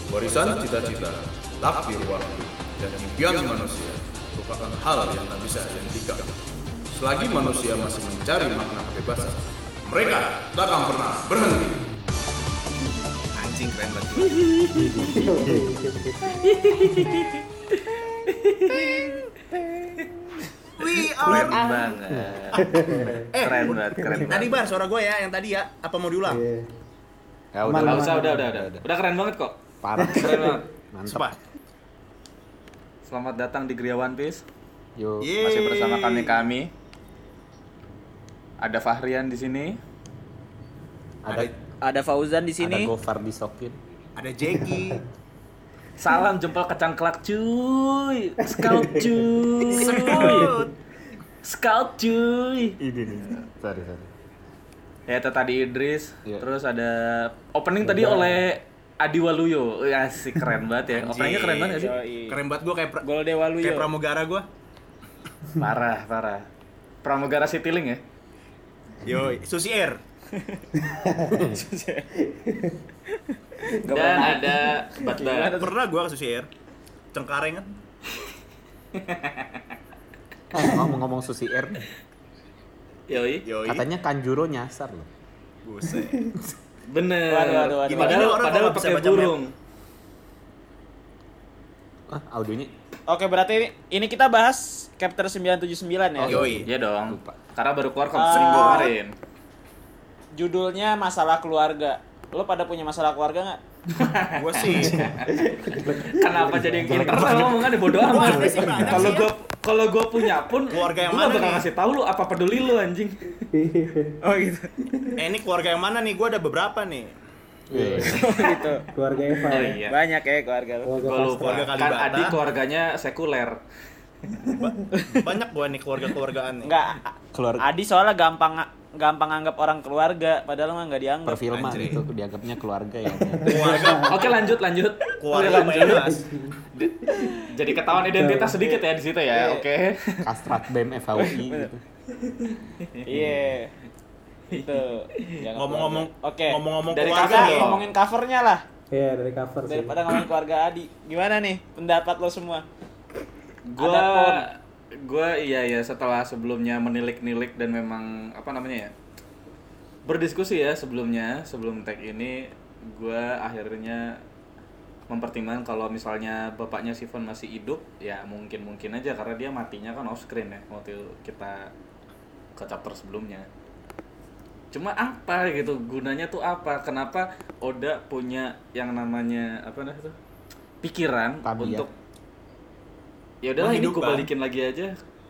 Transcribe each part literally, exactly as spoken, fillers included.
Warisan cita-cita, takdir waktu, dan impian manusia merupakan hal yang tak bisa dihentikan. Selagi manusia masih mencari makna kebebasan, mereka tak akan pernah berhenti. Anjing keren banget. We are Keren banget. Eh, Keren banget, keren banget. tadi bar suara gue ya yang tadi ya. Apa mau diulang? Iya. Ya udah, Aman, nggak usah, aman, udah, aman. udah, udah, udah. Udah keren banget kok. Parah. Keren banget. Mantap. Sumpah. Selamat datang di Gria One Piece. Yuk. Yeay. Masih bersama kami kami. Ada Fahrian di sini. Ada Ada Fauzan di ada sini. Gofar disokin. Ada Jeki. Salam jempol kecangklak cuy. Scout cuy. Sekut. Scout cuy. Ini nih. Sorry, sorry. Ya itu tadi Idris. Iya. Terus ada opening tadi oleh Adi Waluyo. Wih, asik, keren banget ya. Anjing. Openingnya keren banget gak sih? Yoi. Keren banget gue kayak pra- Gol Dewa Luyo. kayak pramugara gue. Parah, parah. Pramugara Citylink ya. Yo, Susi Air. Dan ada Butler. Pernah gue ke Susi Air. Cengkareng kan. Eh, ngomong-ngomong Susi Air, Yoi. Yoi. katanya Kanjuro nyasar loh. Buset. Bener. Waduh, waduh, waduh. Gini-gini Padahal, orang padahal kalau bisa pakai baca burung. Ah, audionya Oke, berarti ini, ini kita bahas chapter sembilan tujuh sembilan ya. Oh, Yoi. Iya dong. Lupa. Karena baru keluar Ah. seminggu kemarin. Judulnya masalah keluarga. Lo pada punya masalah keluarga nggak? Gue sih. Kenapa jadi yang internal ngomongannya bodo amat. Gua sih banyak Kalau sih ya. gua kalau gua punya pun Keluarga yang gua nggak mana bakal nih? ngasih tahu lu apa peduli lu anjing. Oh gitu. Eh ini keluarga yang mana nih? Gue ada beberapa nih. gitu. Keluarga Eva Oh ya? iya. Banyak ya keluarga lo. Keluarga Gua Pastra. lupa. Keluarga Kan Kalibata. Adi keluarganya sekuler. Ba- banyak gue nih keluarga-keluargaan nih. Enggak. Keluarga Adi soalnya gampang gampang anggap orang keluarga, padahal mah nggak dianggap. perfilman Anjir. itu dianggapnya keluarga ya. Keluarga Oke, lanjut lanjut. keluarga Oke, lanjut. Menas. Jadi ketahuan identitas sedikit ya di situ ya. Oke. Kastrat B E M F H U I gitu. Iya. Itu. Jangan Ngomong-ngomong keluarga. Oke. ngomong-ngomong Dari keluarga cover nih. dong. Ngomongin covernya lah. Iya, dari cover sih. Daripada ngomongin keluarga Adi. Gimana nih pendapat lo semua? Gua Ada pon. gua iya ya setelah sebelumnya menilik-nilik dan memang apa namanya ya? Berdiskusi ya sebelumnya, sebelum tag ini gua akhirnya mempertimbangkan kalau misalnya bapaknya Sifon masih hidup, ya mungkin-mungkin aja karena dia matinya kan off screen ya waktu kita ke chapter sebelumnya. Cuma apa gitu gunanya tuh apa? Kenapa Oda punya yang namanya apa namanya tuh? Pikiran Tabiat. untuk ya udahlah ini gue Menghidupkan. balikin lagi aja.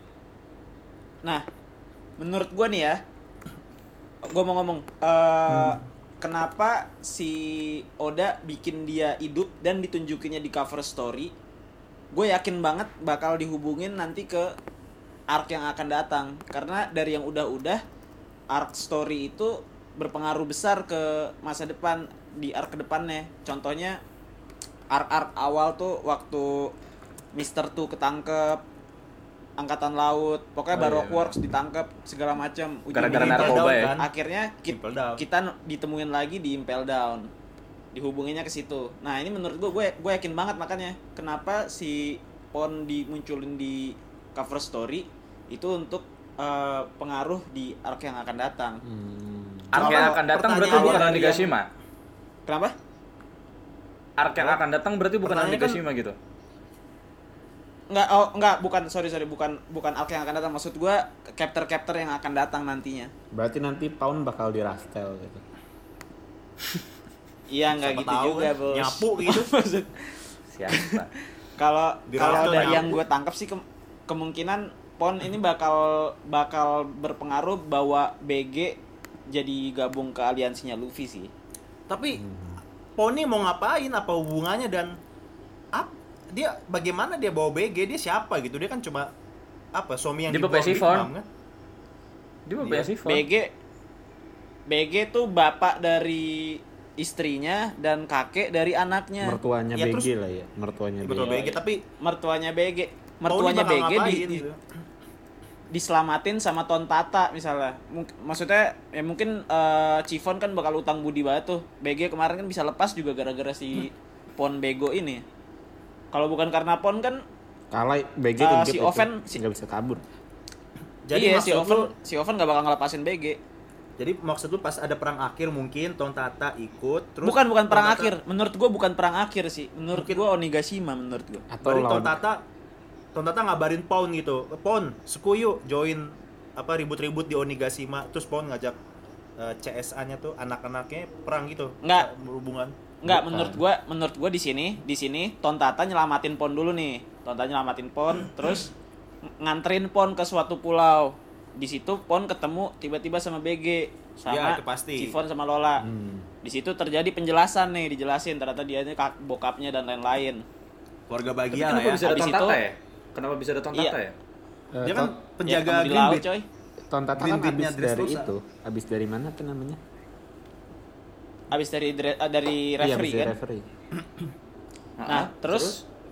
Nah, menurut gua nih ya, gua mau ngomong, eh kenapa si Oda bikin dia hidup dan ditunjukinnya di cover story? Gue yakin banget bakal dihubungin nanti ke arc yang akan datang, karena dari yang udah-udah arc story itu berpengaruh besar ke masa depan di arc kedepannya. Contohnya arc-arc awal tuh waktu Mister Two ketangkep, angkatan laut, pokoknya Oh, Baroque iya. Works ditangkap segala macam. Gara-gara Ujung-ujungnya narkoba ya? kan? Akhirnya ki- Impel Down. kita ditemuin lagi di Impel Down, dihubunginnya ke situ. Nah ini menurut gue, gue gue yakin banget makanya kenapa si Pon dimunculin di cover story itu untuk eh, pengaruh di arc yang akan datang. Hmm. Arc Cuma yang akan datang berarti pertanyaannya bukan dari Onigashima. Kenapa? Arc yang akan datang berarti bukan Pertanyaannya kan- Onigashima gitu. Enggak, oh enggak, bukan, sorry sorry, bukan bukan arc yang akan datang. Maksud gue chapter-chapter yang akan datang nantinya. Berarti nanti Pound bakal di rastel gitu. Iya nggak Siapa gitu tahu juga kan, bos. nyapu gitu. Maksud Siapa? kalau Di kalau Rastel dari nyapu. yang gue tangkap sih ke- kemungkinan Pon ini bakal bakal berpengaruh bawa B G jadi gabung ke aliansinya Luffy sih. Tapi Pony mau ngapain? Apa hubungannya dan ap, dia bagaimana dia bawa B G? Dia siapa gitu? Dia kan cuma apa? Suami yang Dia dibuang Bapak Big Sifon. Mom, kan? Dia mau Iya. bayar Sifon. B G B G tuh bapak dari istrinya dan kakek dari anaknya. Mertuanya Ya, B G terus- lah ya, mertuanya B G. Betul B G, tapi Mertuanya B G, Pony mertuanya bakal B G di, ngapain di- gitu? diselamatin sama Tontata misalnya. Mung- maksudnya ya mungkin eh, Chiffon kan bakal utang budi banget tuh. B G kemarin kan bisa lepas juga gara-gara si Pon bego ini. Kalau bukan karena Pon kan Kalah B G Uh, kejep si itu. Oven si- nggak bisa kabur. Jadi iya, si maksud Oven lu- si Oven nggak bakal ngelepasin B G. Jadi maksud lu pas ada perang akhir mungkin Tontata ikut terus Bukan bukan perang Tontata- akhir. Menurut gua bukan perang akhir sih. Menurut Mungkin- gua Onigashima menurut gua. Atau Berarti lawan Tontata Tontata ngabarin Pon gitu. Pon, Sukuyu join apa ribut-ribut di Onigashima terus Pon ngajak eh, C S A-nya tuh anak-anaknya perang gitu. Nggak. Berhubungan. Enggak, Bukan. menurut gua menurut gua di sini, di sini Tontata nyelamatin Pon dulu nih. Tontata nyelamatin Pon, terus ng- nganterin Pon ke suatu pulau. Di situ Pon ketemu tiba-tiba sama B G sama Ya, itu pasti. Chiffon sama Lola. Hmm. Di situ terjadi penjelasan nih, dijelasin ternyata dia ini kak bokapnya dan lain-lain. Keluarga Tapi bahagia lah kenapa ya. bisa ada Habis Tontata itu- ya? Kenapa bisa ada Tontata Iya. ya? Eh, Dia kan Ton- penjaga Ya, ketemu di Green laut, Beat. coy. Tontata Green kan Beat-nya abis Dressrosa. dari itu. Abis dari mana tuh namanya? Abis dari dre- eh, dari Iya, referee abis dari kan. referee. Nah, terus,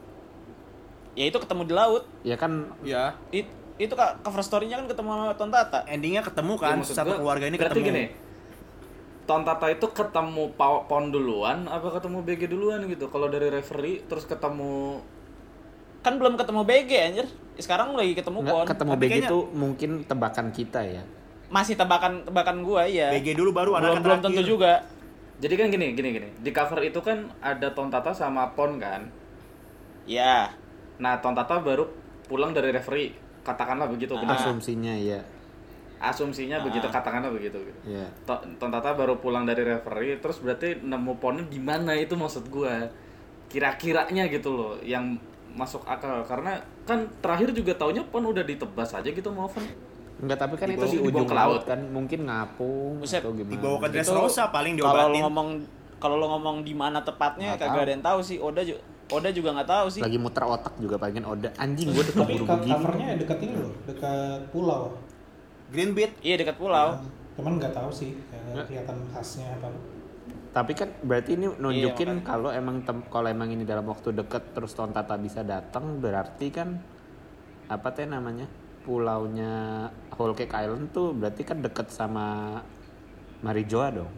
ya itu ketemu di laut. Ya kan Ya, It, itu kak cover story-nya kan ketemu sama Tontata. endingnya ketemu Ya, kan maksud satu gua, keluarga ini berarti ketemu. gini, Tontata itu ketemu Pa- Pon duluan apa ketemu B G duluan gitu? Kalau dari referee terus ketemu Kan belum ketemu B G anjir. Sekarang lagi ketemu nggak Pon. ketemu Tapi B G kayaknya- itu mungkin tebakan kita ya. Masih tebakan-tebakan gua ya. B G dulu baru belum anak belum tentu juga. jadi kan gini, gini, gini. Di cover itu kan ada Tontata sama Pon kan. Ya. Nah, Tontata baru pulang dari referee. Katakanlah begitu, Ah. benar. Asumsinya ya. Asumsinya Ah. begitu, katakanlah begitu. gitu. Ya. To- Tontata baru pulang dari referee, terus berarti nemu Ponnya gimana itu maksud gua. Kira-kiranya gitu loh, yang masuk akal. Karena kan terakhir juga taunya Pon udah ditebas aja gitu mau Oven. Enggak, tapi kan Dibawa- itu di dibawa ujung ke laut laut. kan mungkin ngapung Buset, atau gimana. Dibawa ke Itu Dressrosa paling Kalau lo diobatin. ngomong kalau lo ngomong di mana tepatnya Nggak kagak tahu. ada yang tahu sih. Oda juga Oda juga nggak tahu sih. Lagi muter otak juga pengen Oda. Anjing gua udah Tapi keburu co- begini. covernya dekat ini loh, dekat pulau. Green Beat. Iya dekat pulau. Nah, cuman nggak tahu sih kayak kelihatan khasnya apa. Tapi kan berarti ini nunjukin makanya. kalau emang tem- kalau emang ini dalam waktu deket terus Tontata bisa datang, berarti kan apa teh namanya? Pulaunya Whole Cake Island tuh berarti kan deket sama Marijoa dong.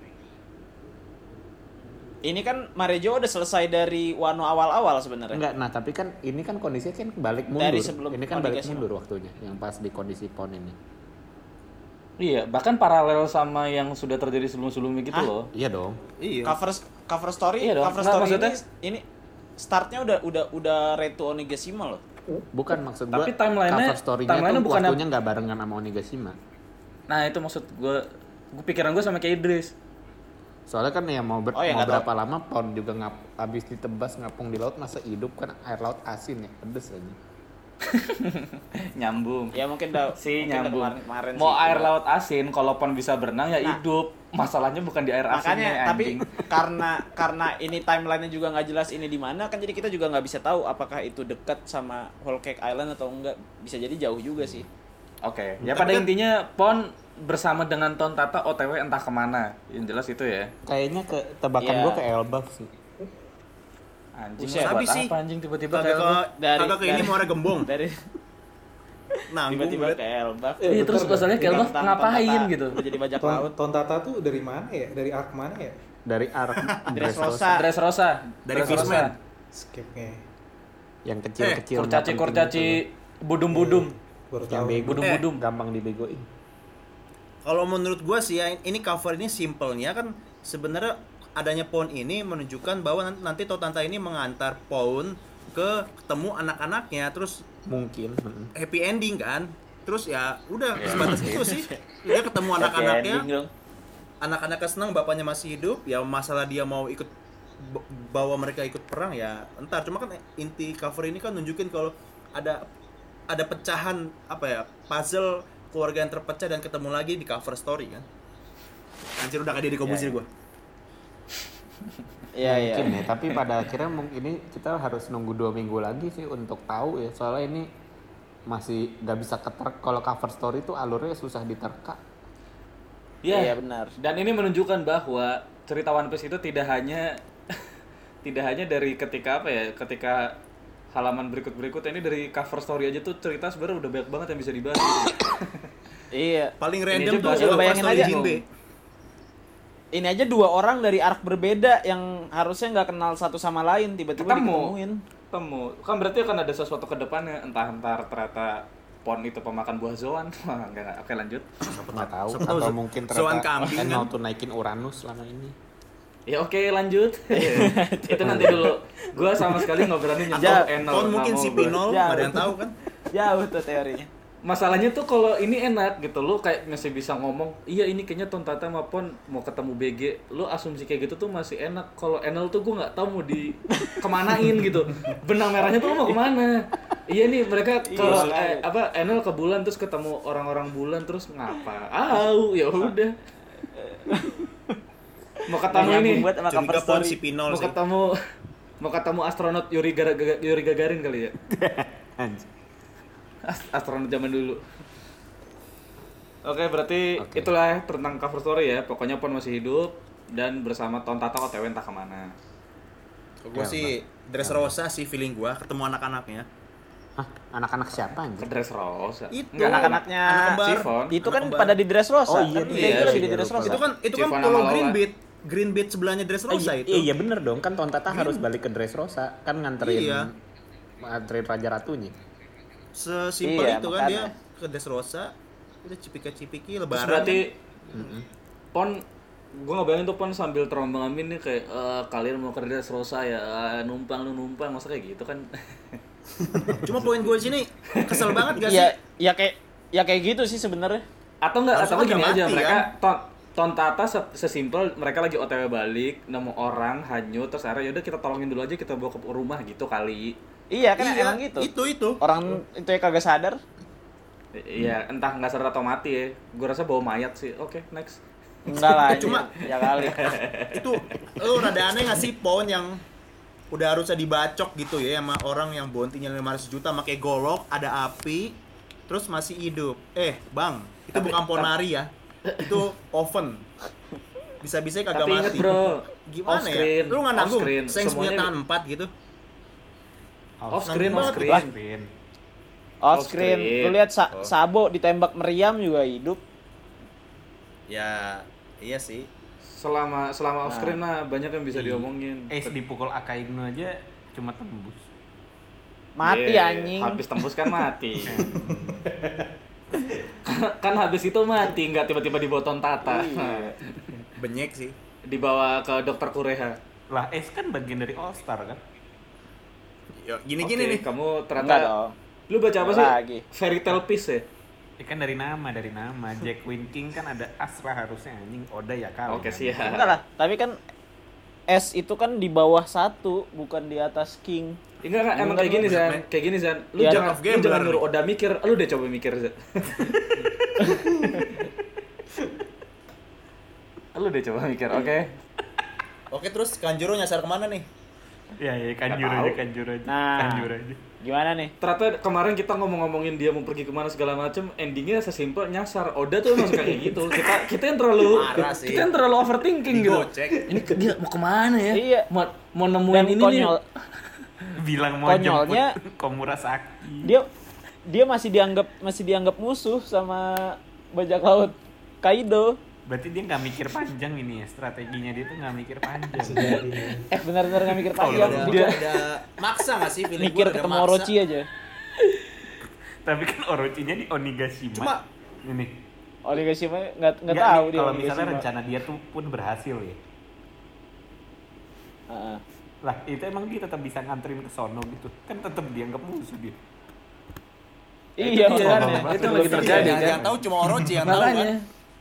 Ini kan Marejo udah selesai dari Wano awal-awal sebenarnya. Enggak, nah tapi kan ini kan kondisinya kan balik mundur. Dari sebelum Ini kan balik Onigashima. mundur waktunya yang pas di kondisi Pon ini. Iya, bahkan paralel sama yang sudah terjadi sebelum-sebelumnya gitu Hah? loh. Iya dong. Iya. Cover cover story, Iya dong. cover Nggak, story maksudnya- ini ini startnya udah udah udah Reto Onigashima loh. Bukan maksud gua Tapi timeline-nya- cover story-nya timeline-nya tuh bukan waktunya nggak barengan sama Onigashima. Nah, itu maksud gua, gua pikiran gua sama kayak Idris. Soalnya kan ya mau, ber- Oh, ya, mau nggak berapa lama Pon juga ngap habis ditebas ngapung di laut masa hidup kan air laut asin ya pedes aja. Nyambung. Ya mungkin udah Si mungkin udah nyambung. kemarin-kemarin Mau sih, air cuma- laut asin, kalau Pon bisa berenang ya Nah. hidup. Masalahnya bukan di air Makanya asinnya tapi anjing. karena karena ini timelinenya juga nggak jelas ini di mana kan jadi kita juga nggak bisa tahu apakah itu dekat sama Whole Cake Island atau enggak, bisa jadi jauh juga sih. Oke, ya Tapi pada kan- intinya Pon bersama dengan Tontata O T W entah kemana. Yang jelas itu ya. Kayaknya ke tebakan Iya. gua ke Elbaf sih. Anjing Buset. buat Habis apa sih. anjing tiba-tiba Kagak kayak ke Dari- kagak ke ini dari- Muara Gembong. Dari Nanggung tiba-tiba liat. ke Elbaf. Iya, terus masalahnya kayak Tentang- ngapain Tontata gitu. Udah jadi bajak Ton, laut. Tontata tuh dari mana ya? Dari arc mana ya? Dari arah Dressrosa. Dressrosa. Dari Dressrosa. Fishman. Skipnya. yang kecil-kecil. nggak Kurcaci penting kurcaci itu budum-budum. Baru loh. Yang tahu. bego Budum-budum. gampang dibegoin. Kalau menurut gua sih ya ini cover ini simpelnya kan sebenarnya adanya Pon ini menunjukkan bahwa nan- nanti Tontata ini mengantar Pon ke ketemu anak-anaknya terus Mungkin. mm. happy ending kan. Terus ya udah sebatas itu sih. Dia ketemu anak-anaknya. Happy ending dong. Anak-anaknya senang bapaknya masih hidup, ya masalah dia mau ikut b- bawa mereka ikut perang ya entar. Cuma kan inti cover ini kan nunjukin kalau ada ada pecahan apa ya, puzzle keluarga yang terpecah dan ketemu lagi di cover story kan. Anjir udah kayak Deddy Kobuzir gua. Iya iya. Mungkin ya, tapi pada akhirnya mung- ini kita harus nunggu dua minggu lagi sih untuk tahu ya. Soalnya ini masih nggak bisa keterka. Kalau cover story itu alurnya susah diterka. Iya, Iya, benar. Dan ini menunjukkan bahwa cerita One Piece itu tidak hanya tidak hanya dari ketika apa ya, ketika halaman berikut-berikut ini dari cover story aja tuh cerita sebenarnya udah banyak banget yang bisa dibahas. Gitu. Iya. Paling Ini random aja tuh bahasa cover bayangin story aja. Jinbe. ini aja dua orang dari arc berbeda yang harusnya nggak kenal satu sama lain tiba-tiba Ketemu. diketemuin. Ketemu. Kan berarti akan ada sesuatu ke depannya, entah entar ternyata Pon itu pemakan buah Zoan. Wah, enggak, enggak. Oke, lanjut. Nggak tahu. Siapa tahu Atau Zo- mungkin Zoan ternyata kambing kan kan? mau tuh naikin Uranus selama ini. Ya oke, lanjut. Itu nanti dulu. Gua sama sekali nggak berani nyentuh Ja, Enel. Kon nggak mungkin mau si gua. Pinol, Ya, nggak ada yang betul. tahu kan? Jauh tuh teorinya. Masalahnya tuh kalau ini enak gitu, lu kayak masih bisa ngomong, iya ini kayaknya Ton Tata sama Pon mau ketemu B G, lu asumsi kayak gitu tuh masih enak. Kalau Enel tuh gue nggak tahu mau di kemanain gitu, benang merahnya tuh lu mau kemana? Iya nih mereka kalau eh, apa Enel ke bulan terus ketemu orang-orang bulan terus ngapa? Au ya udah. Mau ketemu Yang ini, nyambung buat sama cover Curiga Pon story. si Pinol mau sih. ketemu mau ketemu astronot Yuri, Gara- Gaga- Yuri Gagarin kali ya. Anjir. Ast- astronot zaman dulu. Oke, berarti Oke. itulah tentang cover story ya. Pokoknya Pon masih hidup dan bersama Ton Tata O T W entah kemana. Gue sih Dressrosa sih feeling gua ketemu anak-anaknya. Hah, anak-anak siapa Ke anjir? dress rose. Itu Enggak, anak-anaknya anak kembar. Chiffon. Itu Anak kan kembar. pada di Dressrosa. Oh, iya, kan iya, dia iya, lagi iya, di Dressrosa. lupa. Itu kan itu kan Chiffon kalau sama Green Lola. Beat, Green Beat sebelahnya Dressrosa Eh, itu. Iya bener dong, kan Ton Tata harus balik ke Dressrosa, kan nganterin Iya. nganterin Raja Ratunya. Sesimpel Iya, itu kan dia makanya. ke Dressrosa, udah cipika-cipiki Terus lebaran. berarti Mm-mm. Pon gue nggak bayangin tuh Pon sambil terombang ambing nih kayak "Eh, kalian mau ke dress rosa ya eh, numpang lu numpang masa kayak gitu kan. Cuma poin gue di sini kesel banget gak sih? Iya, ya kayak ya kayak gitu sih sebenarnya. Atau enggak, Harusnya atau kan gini udah aja mati, mereka kan? ton, ton Tata se- sesimpel mereka lagi O T W balik, nemu orang hanyut terus akhirnya yaudah kita tolongin dulu aja kita bawa ke rumah gitu kali. Iya kan Iya, emang gitu. Itu itu. Orang itu ya kagak sadar. I- Iya, entah nggak sadar atau mati ya. Gue rasa bawa mayat sih. Oke, next. Enggak lah. Cuma- anjir. ya kali. Itu lu rada aneh gak sih poin yang udah harusnya dibacok gitu ya sama orang yang bounty-nya lima ratus juta pakai golok, ada api, terus masih hidup. Eh, Bang, itu Tapi- bukan ponari ya. Itu oven. Bisa-bisa kagak Tapi inget mati. bro, Gimana off screen, ya? Lu nggak nanggung? off screen, Sengs punya semuanya tangan empat gitu. off screen, Nanggung off banget. screen. Screen. Off Off screen. screen. Lu lihat Sa- Oh. Sabo ditembak meriam juga hidup. Ya, iya sih. Selama selama off Nah. screen mah banyak yang bisa Iya. diomongin. Eh, dipukul Akainu aja cuma tembus. Mati Yeah, anjing. Habis tembus kan mati. kan, kan habis itu mati, nggak tiba-tiba dibawa Ton Tata. Iya. Benyek sih. Dibawa ke dokter Kureha. Lah, S kan bagian dari All Star kan? Ya, gini-gini Oke, nih. kamu Enggak ternyata dong. lu baca apa Enggak sih? lagi. Fairy Tail Piece ya? Ya kan dari nama, dari nama. Jack Win King kan ada as lah harusnya anjing. Oda ya kali. Oke, kan? siap. Enggak lah, tapi kan S itu kan di bawah satu, bukan di atas King. Enggak, enggak, emang Enggak, kayak gini enggak. Zan, kayak gini Zan. Lu Ya, jangan of lu gambler jangan nih. nyuruh Oda mikir, lu deh coba mikir Zan. Lu deh coba mikir, oke? Oke, terus Kanjuro nyasar kemana nih? Ya, ya kanjur Nggak aja, tahu. kanjur aja. Nah. Kanjur aja. Gimana nih? Ternyata kemarin kita ngomong-ngomongin dia mau pergi kemana segala macem, endingnya sesimpel nyasar. Oda tuh emang suka kayak gitu. Kita kita yang terlalu Parah sih. kita yang terlalu overthinking gitu. Digocek. Ini ke- dia mau kemana ya? Iya. Mau mau nemuin Dan ini konyol, nih. Bilang mau Konyolnya- jemput Komura Sakti. dia dia masih dianggap masih dianggap musuh sama bajak laut Kaido. Berarti dia nggak mikir panjang ini ya, strateginya dia tuh nggak mikir panjang. Sejadi. Eh benar-benar nggak mikir Oh, panjang. udah. Ada, Dia ada maksa gak sih feeling mikir gua ada ketemu maksa. Orochi aja. Tapi kan Orochinya di Onigashima. Cuma ini. Onigashima nggak nggak Nggak tahu nih, dia kalau misalnya Onigashima. rencana dia tuh pun berhasil ya. Heeh. Lah, itu emang dia tetap bisa nganterin ke sono gitu. Kan tetap dianggap musuh dia. Iya, Itu makanya. dia, itu Belum lagi pikir. terjadi. yang, kan? yang tahu cuma Orochi yang tahu kan. Makanya.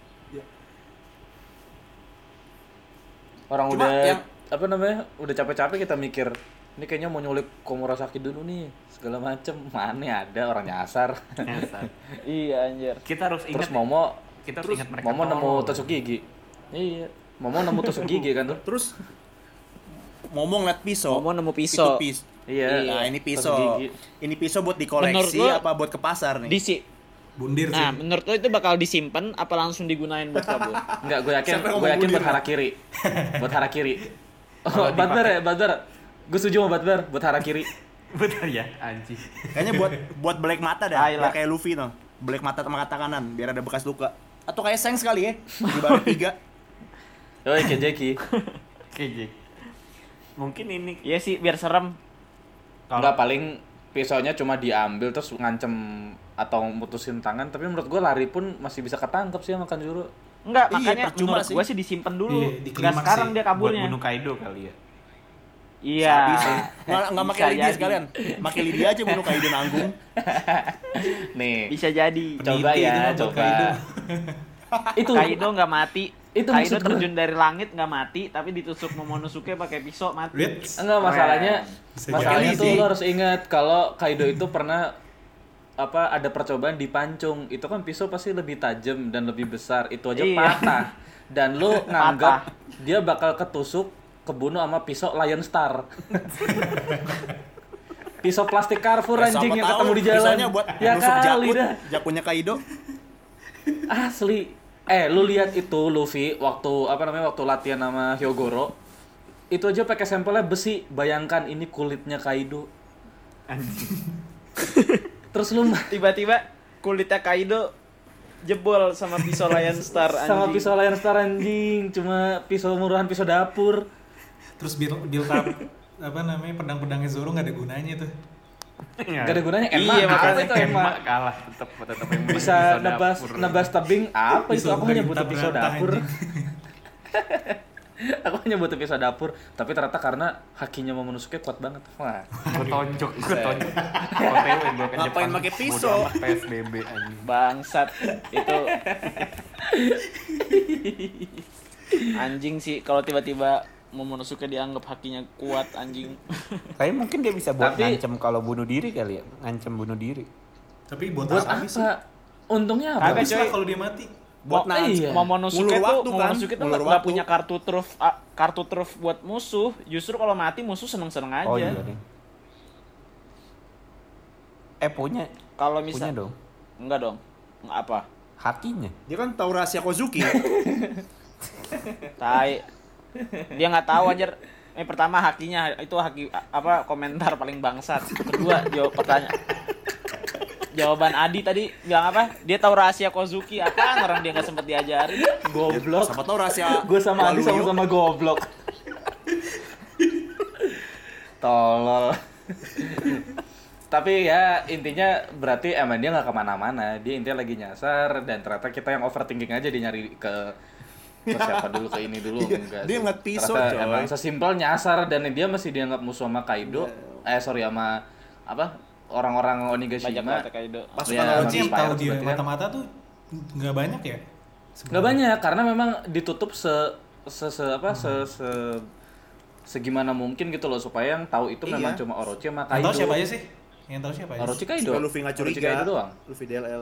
Orang Cuma udah yang- apa namanya? Udah capek-capek kita mikir. Ini kayaknya mau nyulik Komurasaki dulu nih, segala macem. Mana ada orang nyasar. Nyasar. Iya anjir. Kita harus Terus ingat Momo, kita harus terus ingat mereka Momo nemu tolol. tusuk gigi. Iya, Momo nemu tusuk gigi kan tuh. Terus ngomong liat pisau. Momo nemu pisau. Itu pis. Iya. Nah, ini tusuk pisau. gigi. Ini pisau buat Menurut dikoleksi lo- apa buat ke pasar nih? Di si Bundir sih. Nah, menurut lo itu bakal disimpan apa langsung digunain buat kabur? Enggak, gue yakin, Siapa yang gue ngomong yakin buat bundir, harakiri. Buat harakiri. Kalau Oh, Badbar dipakai- ya, Badbar. Gue setuju sama Badbar buat harakiri. Betul ya, anjing. Kayaknya buat buat black mata dah. Tai lah. Biar kayak Luffy tuh. Black mata sama mata kanan biar ada bekas luka. Atau kayak Seng sekali ya. Di balik tiga. Yoi Kejeki. Keje. Mungkin ini Iya sih biar serem. Enggak, paling pisaunya cuma diambil terus ngancem atau mutusin tangan, tapi menurut gue lari pun masih bisa ketangkep sih sama Kanjuro. Enggak, Iya, makanya percuma menurut sih. gua sih disimpan dulu. Iya, di Enggak klimaks sekarang sih. dia buat kaburnya. bunuh Kaido kali ya. Iya. Nggak nggak pakai Bisa lidi jadi. sekalian. Pakai lidi aja bunuh Kaido nanggung. Nih, Bisa jadi. coba Peniti itu ya, mah buat coba. Kaido. Itu Kaido nggak mati. Itu Kaido maksud gua. terjun dari langit nggak mati, tapi ditusuk Momonosuke pakai pisau mati. Lihat. enggak masalahnya. Bisa Masalahnya jadi tuh sih. lo harus ingat kalau Kaido itu pernah apa ada percobaan dipancung. Itu kan pisau pasti lebih tajam dan lebih besar. Itu aja Iya. patah. Dan lo nganggap dia bakal ketusuk, kebunuh sama pisau Lion Star. Pisau plastik Carrefour Ya, anjing siapa yang tahu ketemu di jalan. pisaunya buat Ya nusuk kali jakun, dah. jakunnya Kaido. Asli. Eh, lu lihat itu Luffy waktu apa namanya waktu latihan sama Hyogoro. Itu aja pakai sampelnya besi. Bayangkan ini kulitnya Kaido. Terus lu Tiba-tiba kulitnya Kaido jebol sama pisau Lion Star anjing. sama pisau Lion Star anjing, cuma pisau murahan, pisau dapur. Terus build, build up apa namanya pedang-pedangnya Zoro nggak ada gunanya tuh. Gak ada gunanya. Emang Iya, apa makanya itu emang Emak kalah tetap tetap emang bisa nebas dapur. nebas tebing apa itu? Pisau Aku hanya berintah butuh pisau berantah, dapur. anjing. Aku hanya butuh pisau dapur, tapi ternyata karena hakinya Momonosuke kuat banget. Wah. Gue tonjok, gue tonjok. O T W gue ke Ngapain Jepang. pakai Bodo pisau? amat P S B B anjing. Bangsat itu anjing sih kalau tiba-tiba Momonosuke dianggap hakinya kuat anjing. Tapi mungkin dia bisa buat Tapi- ngancem kalau bunuh diri kali ya, ngancem bunuh diri. Tapi buat, Buat apa sih? apa? Untungnya apa? Kagak, Habis lah coy. kalau dia mati. Buat Oh, nans- iya. Momonosuke Ngulur tuh waktu kan? Momonosuke tuh Ngulur nggak waktu. punya kartu truf ah, kartu truf buat musuh. Justru kalau mati musuh seneng-seneng aja. Oh iya nih. Eh punya, Kalau punya misal dong. enggak dong. Enggak apa? Hakinya. Dia kan tahu rahasia Kozuki. Tai. Dia nggak tahu anjir. Eh pertama hakinya itu haki a- apa komentar paling bangsat. Kedua jawab pertanyaan. Jawaban Adi tadi bilang apa? Dia tahu rahasia Kozuki apa? Orang dia nggak sempet diajarin. Goblok. Siapa tahu rahasia Gue sama Adi Waluyo. sama-sama goblok. Tolol. Tapi ya intinya berarti emang dia nggak kemana-mana. Dia intinya lagi nyasar dan ternyata kita yang overthinking aja dia nyari ke ke siapa dulu, ke ini dulu. Iya, Enggak dia sih. ngeliat pisau, Ternyata coy. emang sesimpel nyasar dan dia masih dianggap musuh sama Kaido. Iya. Eh sorry sama apa orang-orang Bajak Onigashima. laut Kaido. Pasukan Ya, Orochi Orochi yang Inspired tahu dia berarti kan. mata-mata tuh nggak banyak ya? Nggak banyak karena memang ditutup se se, se apa se, se segimana mungkin gitu loh supaya yang tahu itu memang Iya. cuma Orochi sama Yang Kaido. tahu siapa aja sih? Yang tahu siapa aja? Orochi Kaido. Supaya Luffy nggak Orochi curiga. Kaido doang. Luffy D L L.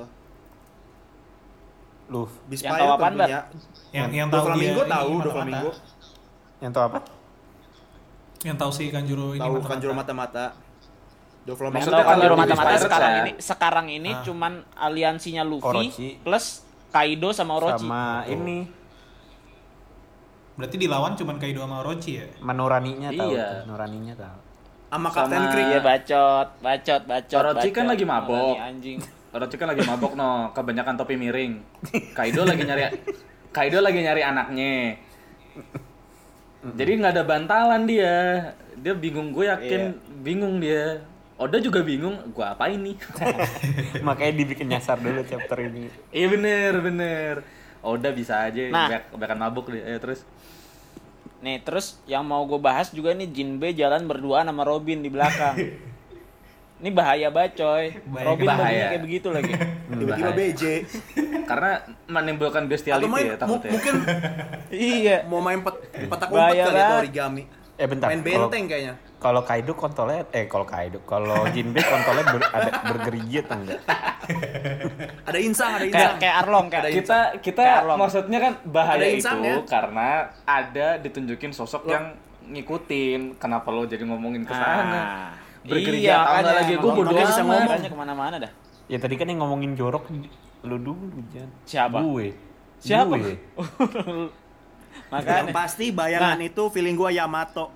Luff. Bispa Yang tahu apaan, tentunya. Yang yang Do tahu dia Flamingo ini tahu, Do mata-mata. Flamingo. Yang tahu apa? Yang tahu si Kanjuro ini Tahu mata-mata. Kanjuro mata-mata. Do Yang Flamingo Maksudnya tahu Kanjuro kalau di mata-mata Pirates sekarang ya. ini sekarang ini Ah. cuman aliansinya Luffy Orochi. plus Kaido sama Orochi. Sama Betul. ini Berarti dilawan cuman Kaido sama Orochi ya? Manuraninya tahu. Iya. tuh, Nuraninya tahu. sama Kapten Sama- Krieg. Iya bacot, bacot, bacot. Orochi kan bacot. lagi mabok. Nurani Anjing. Orochi kan lagi mabok no, kebanyakan topi miring. Kaido lagi nyari Kaido lagi nyari anaknya. Jadi nggak ada bantalan dia. Dia bingung, gue yakin bingung dia. Oda juga bingung, gue apain nih? Makanya dibikin nyasar dulu chapter ini. Iya bener bener. Oda bisa aja, Nah. banyak kebanyakan mabuk dia. Ayo terus. Nih terus yang mau gue bahas juga nih Jinbe jalan berduaan sama Robin di belakang. Ini bahaya banget coy. Bahaya. Robin Bahaya. bajunya kayak begitu lagi. Tiba-tiba B J. Karena menimbulkan Atau bestiality main ya mu- takutnya. mungkin Iya. mau main pet, petak umpet Bahaya kali atau banget. origami. Eh bentar. Main kalau- benteng kayaknya. Kalau Kaido kontolnya eh kalau Kaido, kalau Jinbe kontolnya ber, ada bergerigit enggak? Ada insang, ada Kayak insang. kayak Arlong kayak kita kita Kayak Arlong. maksudnya kan bahaya Ada itu insangnya. karena ada ditunjukin sosok Loh. yang ngikutin. Kenapa lo jadi ngomongin ke Ah, sana? Bergerilya iya, atau enggak makanya. lagi, gue Makanya bodo bisa amat. ngomong makanya kemana-mana dah. Ya tadi kan yang ngomongin jorok lu dulu Jan. Siapa? Gue. Siapa? Gue. Yang Makanya pasti bayangan Nah. itu feeling gua Yamato.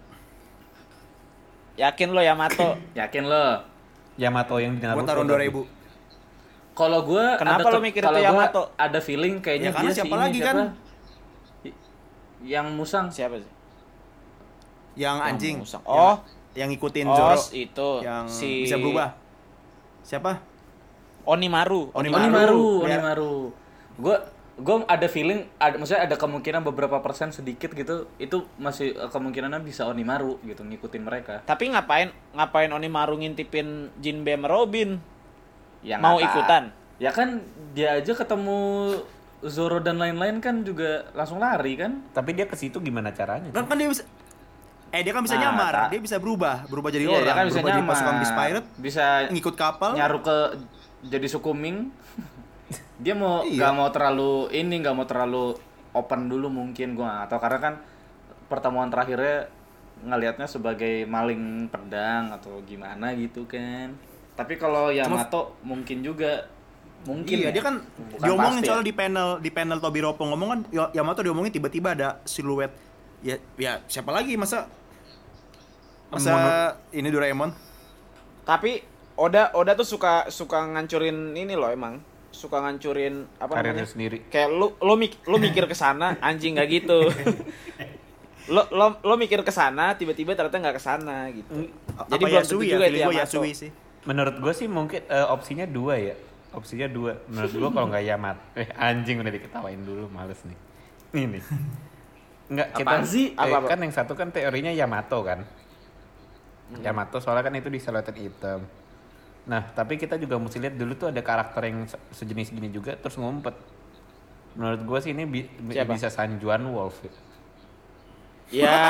yakin lo Yamato. Yakin lo? Yamato yang di Naruto. Gua taruh tapi. dua ribu. Kalau gue Kenapa ada lo ke- mikir kalau itu gua Yamato? ada feeling kayaknya Ya, karena dia si siapa ini, lagi siapa? kan? Yang musang. Siapa sih? Yang anjing. musang. Yang- Oh. yang ngikutin Oh, Zoro itu yang si bisa berubah. Siapa? Onimaru. Onimaru. Onimaru, Ya. Onimaru. Gue gue ada feeling, ada maksudnya ada kemungkinan beberapa persen sedikit gitu, itu masih eh, kemungkinannya bisa Onimaru gitu ngikutin mereka. Tapi ngapain ngapain Onimaru ngintipin Jinbe sama Robin? Ya Mau nggak ta- ikutan? Ya kan dia aja ketemu Zoro dan lain-lain kan juga langsung lari kan? Tapi dia ke situ gimana caranya? Kan kan dia bisa Eh dia kan bisa Nah, nyamar, tak. dia bisa berubah, berubah jadi Iya, orang, dia kan bisa berubah jadi nyamar. pasukan Beast Pirate, Bisa ngikut kapal. nyaru ke jadi suku Ming. Dia mau Iya. nggak mau terlalu ini nggak mau terlalu open dulu mungkin gua atau karena kan pertemuan terakhirnya ngelihatnya sebagai maling pedang atau gimana gitu kan. Tapi kalau Yamato mungkin juga mungkin Iya, ya. dia kan Bukan diomongin pasti soalnya ya. di panel di panel Tobi Roppo ngomong kan Ya- Yamato diomongin tiba-tiba ada siluet ya ya siapa lagi masa masa ini Doraemon. Tapi Oda Oda tuh suka suka ngancurin ini loh emang. Suka ngancurin apa Karirnya namanya? sendiri. Kayak lu lu mik lu mikir ke sana, anjing nggak gitu. lo lo lo mikir ke sana, tiba-tiba ternyata nggak ke sana gitu. Jadi Apa belum tentu Yasui ya, juga itu feeling gua Yamato. Yasui sih. Menurut gue sih mungkin eh, opsinya dua ya. Opsinya dua. Menurut gue kalau nggak Yamato, eh anjing udah diketawain dulu, males nih. Ini. Enggak, kita Apaan sih? eh, Apa-apa? kan yang satu kan teorinya Yamato kan. Yamato soalnya kan itu di siluetan hitam. Nah, tapi kita juga mesti lihat dulu tuh ada karakter yang se- sejenis gini juga terus ngumpet. Menurut gue sih ini bi- bi- Siapa? bisa Sanjuan Wolf. Ya. Ya.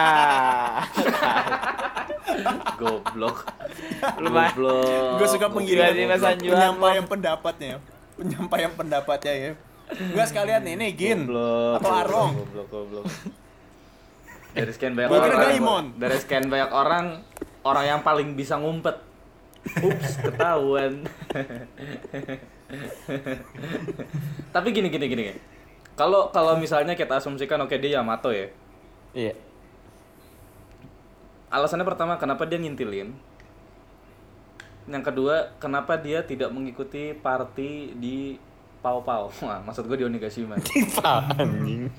Goblok. Lumayan. Goblok. Gue suka penggiliran Tiba-tiba Sanjuan penyampaian pendapatnya. Penyampaian pendapatnya ya. Enggak sekalian nih, nih Gin Goblok, atau Arong. Goblok, goblok. Dari sekian banyak Gua kira orang, Daimon. dari sekian banyak orang, orang yang paling bisa ngumpet. Ups, ketahuan. Tapi gini gini gini. Kalau kalau misalnya kita asumsikan oke dia Yamato ya. Iya. Alasannya pertama kenapa dia ngintilin. Yang kedua, kenapa dia tidak mengikuti party di Pau Pau. Wah, maksud gue di Onigashima. Anjing.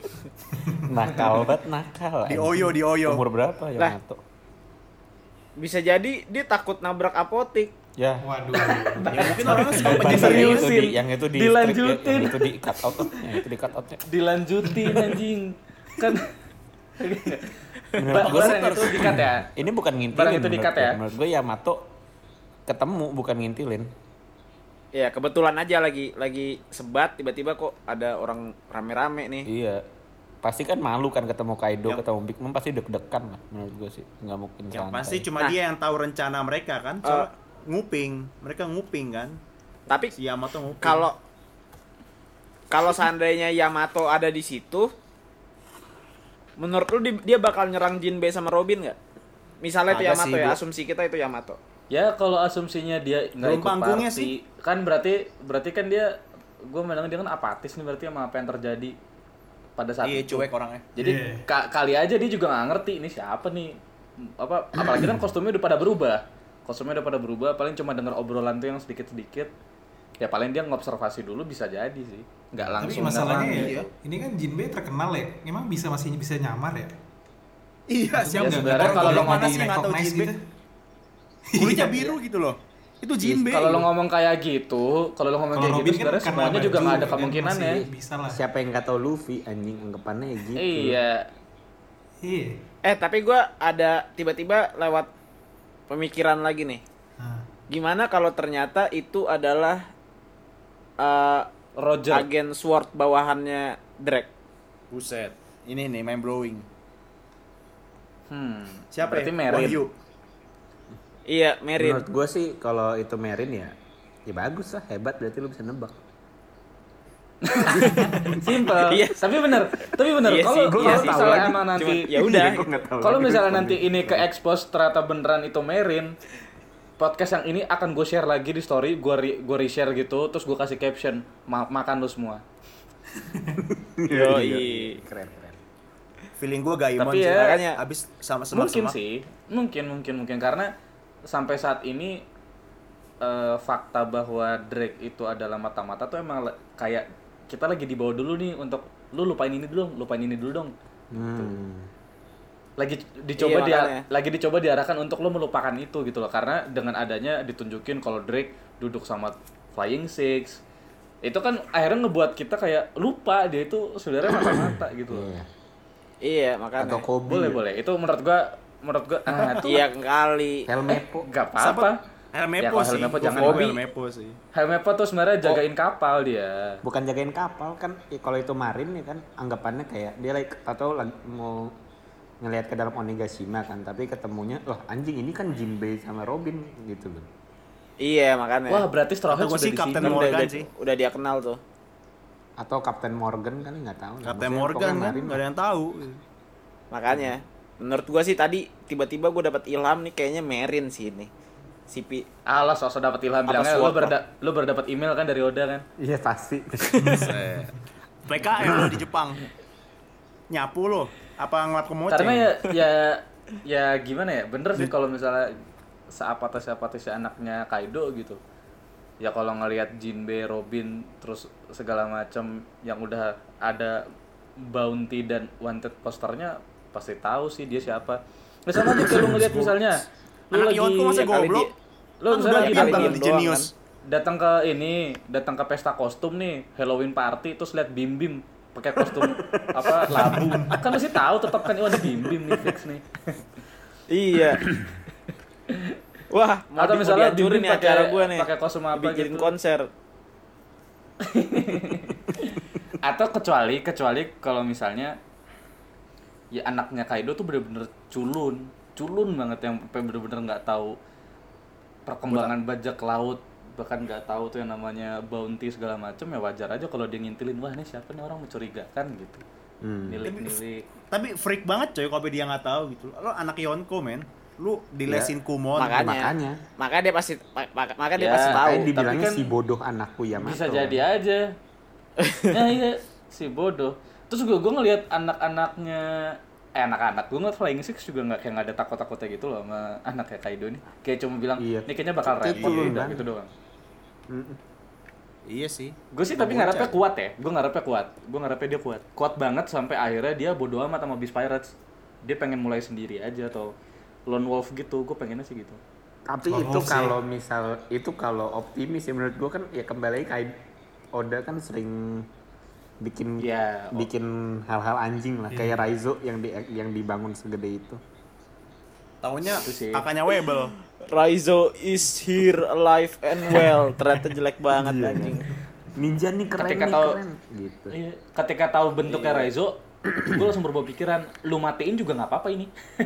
Nakal banget, nakal. Di anjing. Oyo, di Oyo. Umur berapa Lah. Yamato? Bisa jadi dia takut nabrak apotik. Ya. Waduh. Ya mungkin orangnya suka Yang penyihir. itu di, Seriusin. yang itu di Dilanjutin. strip ya, yang itu di cut out, oh. yang itu di cut outnya. Dilanjutin anjing. Kan Menurut Ba- gue barang itu dikat ya. ini bukan ngintilin. Barang itu menurut di-cut gue. ya? Menurut gue Yamato ketemu bukan ngintilin. Ya kebetulan aja lagi lagi sebat tiba-tiba kok ada orang rame-rame nih. Iya. Pasti kan malu kan ketemu Kaido, Yang- ketemu Big Mom pasti deg-degan lah menurut gue sih. Nggak mungkin Yang santai. pasti cuma Nah. dia yang tahu rencana mereka kan. Soalnya nguping, mereka nguping kan. Tapi Si Yamato nguping. kalau kalau seandainya Yamato ada di situ, menurut lu di- dia bakal nyerang Jinbe sama Robin nggak? Misalnya itu Ada Yamato sih, ya, gua- asumsi kita itu Yamato. Ya kalau asumsinya dia nggak Belum ikut panggungnya party, sih. kan berarti berarti kan dia, gue memang dia kan apatis nih berarti sama apa yang terjadi pada saat Iya, itu. cuek orangnya. Jadi Iya. ka- kali aja dia juga nggak ngerti ini siapa nih, apa apalagi kan kostumnya udah pada berubah, kostumnya udah pada berubah, paling cuma denger obrolan tuh yang sedikit sedikit, ya paling dia ngobservasi dulu bisa jadi sih, nggak Tapi langsung masalahnya nyerang ya, gitu. ini kan Jinbe terkenal ya. Emang bisa masih bisa nyamar ya? Iya, siapa? Ya, sebenarnya kalau lo mana di sih nggak tahu recognize Jinbe? gitu. Kulitnya biru gitu loh. Itu Jinbe. Kalau lo ngomong kayak gitu, kalau lo ngomong Kalau kayak gitu Robin kan sebenarnya karena semuanya juga baju nggak ada kan kemungkinannya. masih Bisa lah. Siapa yang nggak tahu Luffy anjing anggapannya gitu. Iya. Iya. Eh tapi gue ada tiba-tiba lewat pemikiran lagi nih. Nah, Gimana kalau ternyata itu adalah eh, Roger. agen Sword bawahannya Drake? Buset. Ini nih mind blowing. Hmm. Siapa Berarti ya? Merin. Wahyu. Iya, Merin. Menurut gue sih kalau itu Merin ya, ya bagus lah, hebat berarti lu bisa nebak. Simple. Iya. Tapi bener, tapi bener. Iya Kalau sih, kalau iya sih. misalnya emang nanti, Cuman, ya udah. kalau misalnya nanti ini ke expose ternyata beneran itu Merin, podcast yang ini akan gue share lagi di story, gue re, gue reshare gitu, terus gue kasih caption, "Ma- makan lu semua." Yoi. Keren keren. Feeling gue Gaimon Tapi sih. ya, Makanya abis sama Mungkin semak-semak. sih, mungkin mungkin mungkin karena sampai saat ini eh, fakta bahwa Drake itu adalah mata-mata tuh emang le- kayak kita lagi dibawa dulu nih untuk lu lupain ini dulu, dong, lupain ini dulu dong. Hmm. Lagi dicoba Iya, dia makanya. lagi dicoba diarahkan untuk lo melupakan itu gitu loh, karena dengan adanya ditunjukin kalau Drake duduk sama Flying Six itu kan akhirnya ngebuat kita kayak lupa dia itu saudaranya mata-mata gitu loh. Iya. Iya, makanya. Atau Kobe. Boleh boleh. Itu menurut gua menurut gua ah itu Iya kali. Helmepo. enggak apa-apa. Ya, Helmepo kalau sih. Helmepo Gua jangan. follow Hobi. Helmepo sih. Helmepo tuh sebenarnya jagain kapal dia. Bukan jagain kapal kan, ya, kalau itu marin ya kan anggapannya kayak dia like atau lagi mau ngelihat ke dalam Onigashima kan, tapi ketemunya loh anjing ini kan Jinbei sama Robin gitu loh. Iya, makanya. Wah, berarti Straw Atau Hats gua sudah sih di Captain sini. Kan udah, Morgan udah, sih. udah dia kenal tuh. Atau Kapten Morgan kan nggak tahu. Captain Maksudnya Morgan pokoknya kan marin nggak ada yang tahu. Makanya. Menurut gua sih tadi tiba-tiba gua dapat ilham nih kayaknya Merin sih ini. Si Pi. Alah, sosok dapat ilham Apa bilangnya lu sword, berda lu baru dapat email kan dari Oda kan. Iya pasti. P K M lo di Jepang. Nyapu lo. Apa ngelap kemoceng? Karena ya ya ya gimana ya? Bener sih kalau misalnya seapatis-apatis anaknya Kaido gitu. Ya kalau ngelihat Jinbei, Robin, terus segala macam yang udah ada bounty dan wanted posternya pasti tahu sih dia siapa. Nah, sama aja kalau ngelihat misalnya lu Anak lagi Yonko masa ya kali goblok? dia- lu Kan misalnya udah lagi pintar datang di Genius. datang ke ini, datang ke pesta kostum nih, Halloween party, terus lihat Bim Bim pakai kostum apa labu, kan pasti tahu tetap kan oh ada Bim Bim nih fix nih. Iya. Wah, mau, Atau di, mau misalnya dihancurin Bim Bim nih acara pakai- gua nih. pakai kostum apa Bikinin gitu. konser. Atau kecuali kecuali kalau misalnya ya anaknya Kaido tuh bener-bener culun, culun banget yang sampai bener-bener nggak tahu perkembangan bajak laut, bahkan nggak tahu tuh yang namanya bounty segala macam, ya wajar aja kalau dia ngintilin wah ini siapa nih orang mencurigakan gitu. Hmm. Nilik-nilik. Tapi freak banget coy kalau dia nggak tahu gitu. Lo anak Yonko men. Lu dilesin Kumon. Makanya. Makanya. Makanya dia pasti mak- mak- makanya dia Ya, pasti tahu. Kayak dibilangnya tapi kan si bodoh anakku Yamato. Bisa jadi aja. Ya iya, si bodoh. Terus gue gue ngelihat anak-anaknya eh anak-anak gue ngeliat Flying Six juga nggak kayak nggak ada takut-takutnya gitu loh sama anaknya Kaido nih. Kayak cuma bilang, Iya. ini kayaknya bakal Itu repot loh, udah Bang. gitu doang. Mm-mm. Iya sih. Gue sih tapi ngarepnya kuat ya. Gue ngarepnya kuat. Gue ngarepnya dia kuat. Kuat banget sampai akhirnya dia bodo amat sama Beast Pirates. Dia pengen mulai sendiri aja atau lone wolf gitu. Gue pengennya sih gitu. Tapi Oh, itu sih. kalau misal itu kalau optimis ya menurut gua kan ya kembali lagi kayak Oda kan sering bikin Ya, oh. bikin hal-hal anjing lah kayak Raizo yang di, yang dibangun segede itu. Taunya Itu sih. kakaknya Webel. Raizo is here alive and well. Ternyata jelek banget Iya, anjing. Ninja nih keren Ketika nih tahu- keren gitu. Iya. Ketika tahu bentuknya Raizo, gue langsung berubah pikiran. Lu matiin juga nggak apa-apa ini.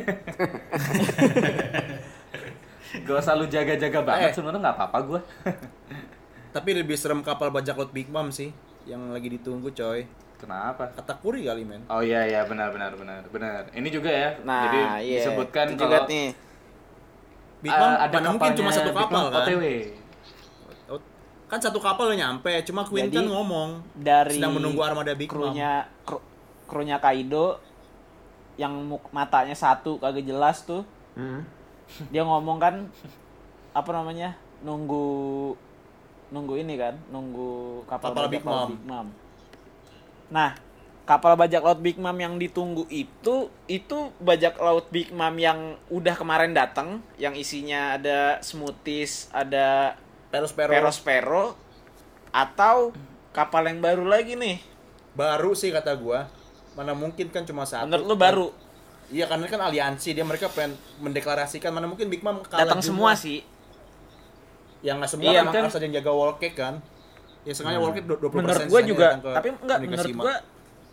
Gak usah lu jaga-jaga banget. Eh. Sebenarnya nggak apa-apa gue. Tapi lebih serem kapal bajak laut Big Mom sih yang lagi ditunggu coy. Kenapa? Katakuri kali men. Oh iya iya benar benar benar benar. Ini juga ya. Nah, Jadi iya. disebutkan Itu juga kalau nih. Big eh, Mom ada mana mungkin cuma kapalnya satu Big kapal Mom kan. O T W. Kan satu kapal udah nyampe, cuma Queen Jadi, kan ngomong Dari sedang menunggu armada Big Mom. krunya kru, krunya Kaido yang muk, matanya satu kagak jelas tuh. Hmm. Dia ngomong kan apa namanya? Nunggu nunggu ini kan, nunggu kapal, Kapal bajak Big laut Mom. Big Mom. Nah, kapal bajak laut Big Mom yang ditunggu itu itu bajak laut Big Mom yang udah kemarin datang, yang isinya ada smoothies, ada Peros-peros Perospero, atau kapal yang baru lagi nih. baru sih kata gua. Mana mungkin kan cuma satu. Menurut lu baru? Iya karena kan aliansi dia mereka pengen mendeklarasikan mana mungkin Big Mom kalah Datang jumlah. semua sih. Yang nggak semua Iya, kan kan- harus ada yang jaga wall cake kan. Ya sengaja wall cake dua puluh persen Menurut gua sisanya juga, datang ke tapi enggak menurut Onigashima. gua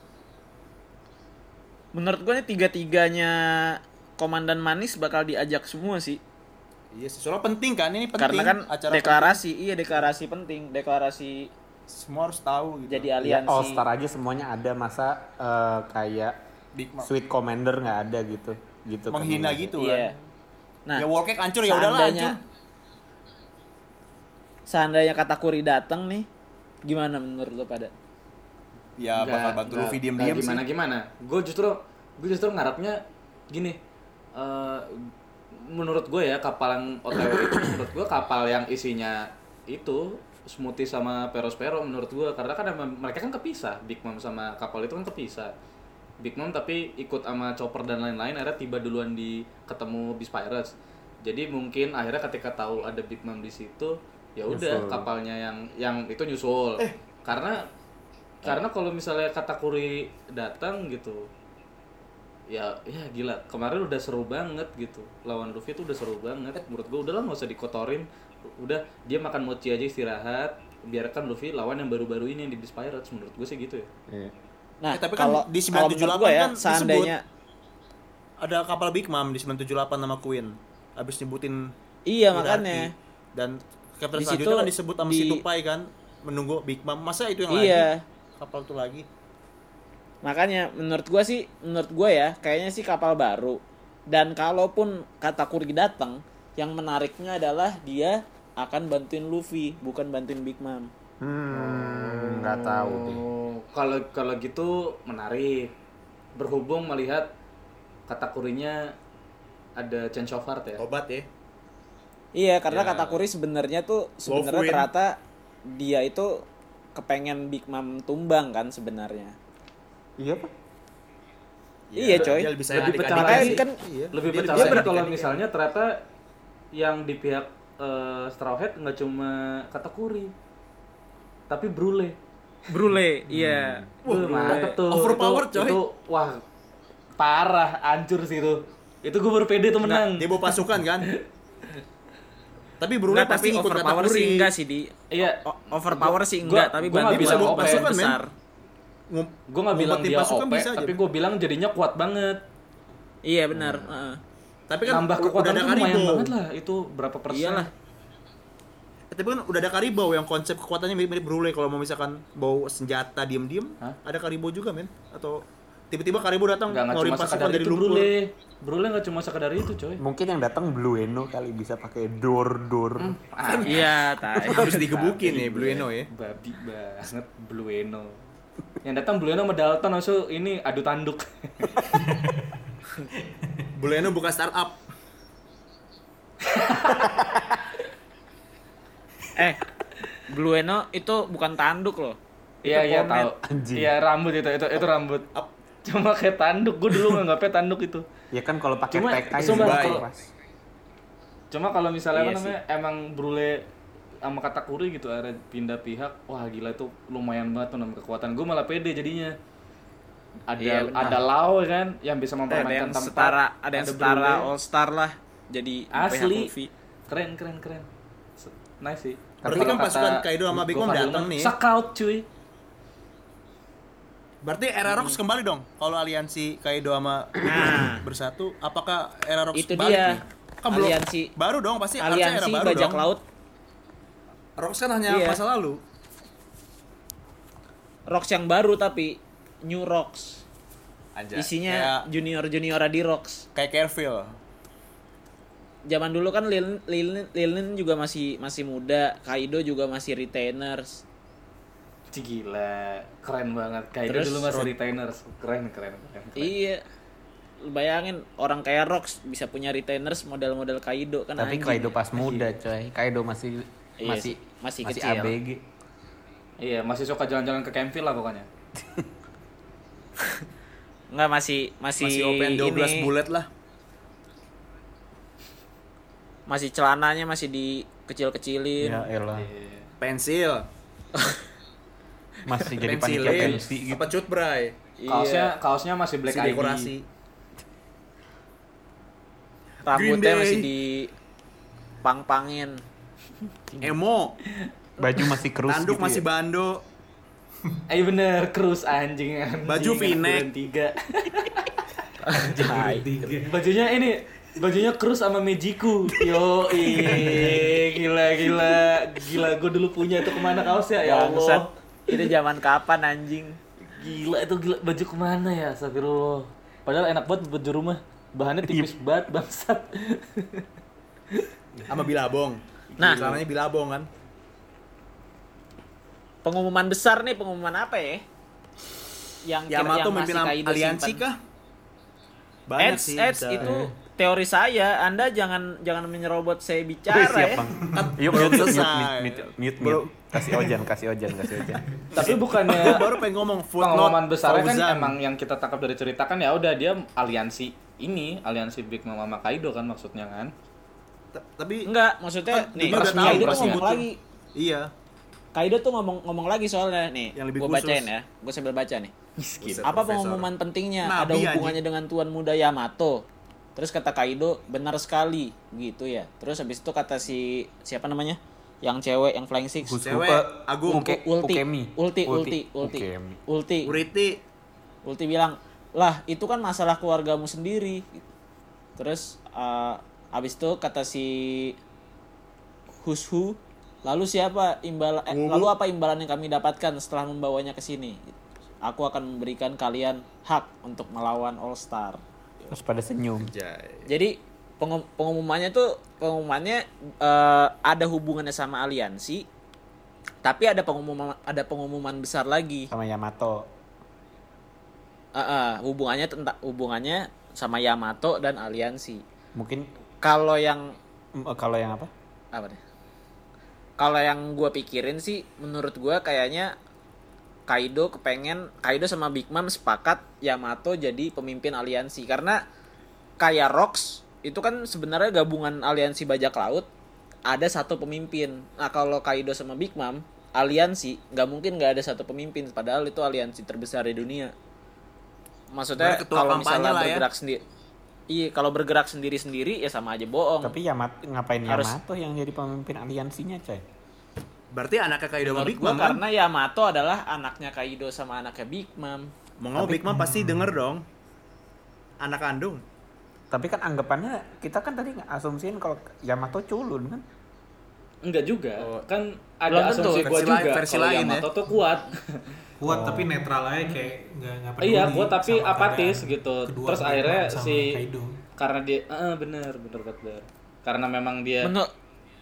menurut gua nih tiga-tiganya Komandan Manis bakal diajak semua sih. Iya sih, soalnya penting kan ini penting. Karena kan acara deklarasi, iya deklarasi penting, deklarasi penting. Semua harus tahu gitu. jadi Ya, aliansi. All Star aja semuanya ada masa eh, kayak Big Mom Sweet Commander nggak ada gitu gitu kan. menghina gitu Iya. kan. Nah, Ya wall cake hancur ya udahlah seandainya hancur. seandainya Katakuri datang nih, gimana menurut lo pada? Ya bakal bantu Luffy diam-diam sih. Gimana gimana? Gue justru gue justru ngarapnya gini. eh, menurut gue ya kapal yang O T W itu menurut gue kapal yang isinya itu smoothie sama perospero menurut gue karena kan emang mereka kan kepisah Big Mom sama kapal itu kan kepisah. Big Mom tapi ikut sama Chopper dan lain-lain, akhirnya tiba duluan di ketemu Beast Pirates. Jadi mungkin akhirnya ketika tahu ada Big Mom di situ, ya udah kapalnya yang yang itu nyusul. Eh. Karena eh. karena kalau misalnya Katakuri datang gitu, ya ya gila, kemarin udah seru banget gitu. Lawan Luffy itu udah seru banget. Menurut gua udahlah enggak usah dikotorin. Udah dia makan mochi aja istirahat, biarkan Luffy lawan yang baru-baru ini yang di Beast Pirates. Menurut gua sih gitu ya. Iya. Nah, eh, tapi kalau kan di kalau sembilan tujuh menurut delapan gua ya, kan seandainya disebut ada kapal Big Mom di sembilan tujuh delapan nama Queen. Habis nyebutin iya hierarki. makanya. Dan kapten Di selanjutnya situ kan disebut sama di- si Tupai kan menunggu Big Mom. Masa itu yang Iya. lagi? Kapal itu lagi. Makanya menurut gua sih, menurut gua ya, kayaknya sih kapal baru. Dan kalaupun Katakuri datang, yang menariknya adalah dia akan bantuin Luffy, bukan bantuin Big Mom. Hmm, nggak tahu deh. Oh, kalau kalau gitu menarik. Berhubung melihat Katakurinya ada change of heart ya. Obat ya. Iya, karena Ya. Katakuri sebenarnya tuh sebenarnya Wolverine. ternyata dia itu kepengen Big Mom tumbang kan sebenarnya. Iya Pak. Iya, coy. Dia lebih sayang Lebih adik-adik pecah sih. lagi. kan Iya. Lebih Dia pecah lebih lagi sayang kalau adik-adik. misalnya ternyata yang di pihak eh, Straw Hat nggak cuma Katakuri, tapi Brule. Brule, iya. Wah, mantep tuh. Overpower, itu, coy. Itu wah parah, hancur sih itu. Itu gue baru pede tuh menang. Dia bawa pasukan kan. Tapi Brule Enggak, pasti tapi ikut overpower Katakuri. sih enggak sih di Iya. O- overpower sih Gua- enggak, tapi gua nggak bantuin bilang sama bawa pasukan, men. besar. Ngum- Gue nggak bilang ngumpetin dia pasukan O P, bisa aja, tapi men. gue bilang jadinya kuat banget. Iya benar, heeh. Tapi kan Nambah udah kekuatan ada tuh lumayan Karibo. banget lah. Itu berapa persen? Iyalah. Eh, tapi kan udah ada Karibo yang konsep kekuatannya mirip-mirip Brule. Kalau mau misalkan bawa senjata diem-diem, Hah? ada Karibo juga men. Atau tiba-tiba Karibo datang Nggak, nggak ngeluarin cuma pasukan sekadar dari itu lumpur. Brule. Brule nggak cuma sekadar itu coy. Mungkin yang datang Blue Eno kali bisa pakai door door. Ah, Iya, tai. Harus digebukin ya Blue Eno ya. babi banget Blueno. Yang datang Blueno sama Dalton langsung ini adu tanduk. Blue Eno bukan startup. Eh, Blue Eno itu bukan tanduk loh. Iya Itu iya pomade. tahu. Anjing. Iya rambut itu itu itu rambut. Ap- Cuma kayak tanduk. Gue dulu nganggapnya tanduk itu. Ya kan kalau pakai Cuma- tag aja cuma juga kalau- pas. Cuma kalau misalnya Iya apa namanya emang Brule sama Katakuri gitu akhirnya pindah pihak, wah gila itu lumayan banget tuh nambah kekuatan. Gue malah pede jadinya. Ada Iya, benar. ada Lau kan yang bisa Ada mempermainkan yang tempat. setara, ada yang setara Brule. All Star lah. Jadi U P H Asli. Luffy. Keren keren keren. Se- Nice sih. Berarti Kalau kan kata pasukan Kaido sama Big Mom Gofar datang Hilman, nih. Scout cuy. Berarti era Rocks kembali dong. Kalau aliansi Kaido sama Big Mom Nah. bersatu, apakah era Rocks Itu balik dia. nih? Kan belum. Aliansi Baru dong pasti harusnya era Aliansi baru Bajak dong. Laut. Rocks kan hanya Iya. masa lalu. Rocks yang baru tapi New Rocks. Aja. Isinya junior-junior di Rocks. kayak kayak Careful. Zaman dulu kan Lil Lil Lilin juga masih masih muda, Kaido juga masih retainers. Cih, gila, keren banget. Kaido Terus, dulu masih Rod- retainers. Keren, keren, keren. keren. Iya. Lu bayangin orang kayak Rocks bisa punya retainers model-model Kaido kan Tapi anjing. Kaido pas muda coy. Kaido masih Iya masih sih, masih masih kecil. A B G. Iya, masih suka jalan-jalan ke Campville lah pokoknya. Enggak masih masih, Masih open dua belas ini, bullet lah. Masih celananya masih dikecil-kecilin. Ya elah. Iya. Pensil. Masih jadi panitia Pensilin. pensi gitu. Apa cut bray? Kaosnya, kaosnya masih black Masih I D. dekorasi. Rambutnya Green Day. masih di pang-pangin. Emo. Baju masih kerus Tanduk gitu masih ya. bando. Eh bener, cruise anjing, anjing. Baju V-neck. Duren tiga. Hai. Bajunya ini, bajunya cruise sama Mejiku. Yo, gila gila gila. Gue dulu punya itu kemana kaosnya ya Bangsat. Allah. Itu zaman kapan anjing? Gila itu gila baju kemana ya, astagfirullah. Padahal enak banget baju rumah. Bahannya tipis banget bangsat. Sama Bilabong. Nah. Celananya Bilabong kan. Pengumuman besar nih, pengumuman apa ya? Yang kira- Yamato yang memimpin masih Kaido aliansi simpan. kah? Banyak Eds, sih. Eds bisa. itu teori saya, Anda jangan jangan menyerobot saya Wih, bicara siap ya. bang. Yuk belum mute, mute, selesai. mute, mute, mute, Belum. mute. Kasih ojan, kasih ojan, kasih ojan. Tapi bukannya Gue baru pengen ngomong footnote pengumuman besarnya kan Fauzan. emang yang kita tangkap dari cerita kan ya udah dia aliansi ini, aliansi Big Mom sama Kaido kan maksudnya kan. T- Tapi Enggak, maksudnya Kan nih dia udah resmi, tahu Kaido tuh resmi. ngomong lagi. iya. Kaido tuh ngomong ngomong lagi soalnya nih. Yang lebih Gue khusus. bacain ya. Gue sambil baca nih. Buset, Apa Profesor. pengumuman pentingnya? Nabi, Ada hubungannya dengan Tuan Muda Yamato. Terus kata Kaido, benar sekali, gitu ya. Terus habis itu kata si siapa namanya? Yang cewek yang Flying Six. Gus Cewek, lupa. Agung. Uke, Ulti, Ukemi. ulti, ulti, ulti, Ukemi. ulti, Uriti ulti bilang, lah itu kan masalah keluargamu sendiri. Terus uh, abis itu kata si Hushu, lalu siapa imbal, eh, lalu apa imbalan yang kami dapatkan setelah membawanya ke sini? Aku akan memberikan kalian hak untuk melawan All Star. Terus pada senyum. Jai. Jadi pengum- pengumumannya tuh pengumumannya eh, ada hubungannya sama aliansi, tapi ada pengumuman ada pengumuman besar lagi. Sama Yamato. Eh, eh, hubungannya tentang hubungannya sama Yamato dan aliansi. Mungkin Kalau yang mm, eh, kalau yang apa? apa deh? Kalau yang gue pikirin sih, menurut gue kayaknya Kaido kepengen Kaido sama Big Mom sepakat Yamato jadi pemimpin aliansi, karena kayak Rocks itu kan sebenarnya gabungan aliansi bajak laut, ada satu pemimpin. Nah kalau Kaido sama Big Mom aliansi, nggak mungkin nggak ada satu pemimpin, padahal itu aliansi terbesar di dunia. Maksudnya Berarti ketua kalau kampanye misalnya lah ya. bergerak sendiri, iya kalau bergerak sendiri-sendiri ya sama aja bohong. Tapi Yamato ngapain Harus- Yamato yang jadi pemimpin aliansinya, coy? Berarti anaknya Kaido sama Menurut Big gua Mom kan? karena Yamato adalah anaknya Kaido sama anaknya Big Mom. Mau ngomong Big Mom pasti denger dong. Anak kandung. Tapi kan anggapannya kita kan tadi asumsiin kalau Yamato culun kan? Enggak juga. Oh. Kan ada Belum tentu. asumsi gua Versi juga lain- versi kalau lain ya. Yamato tuh kuat. Kuat tapi netral aja kayak nggak nggak peduli. Iya, kuat tapi sama apatis keadaan gitu. kedua Terus Big akhirnya Mom sama si- Kaido. Karena dia eh bener bener bener. Karena memang dia Menur-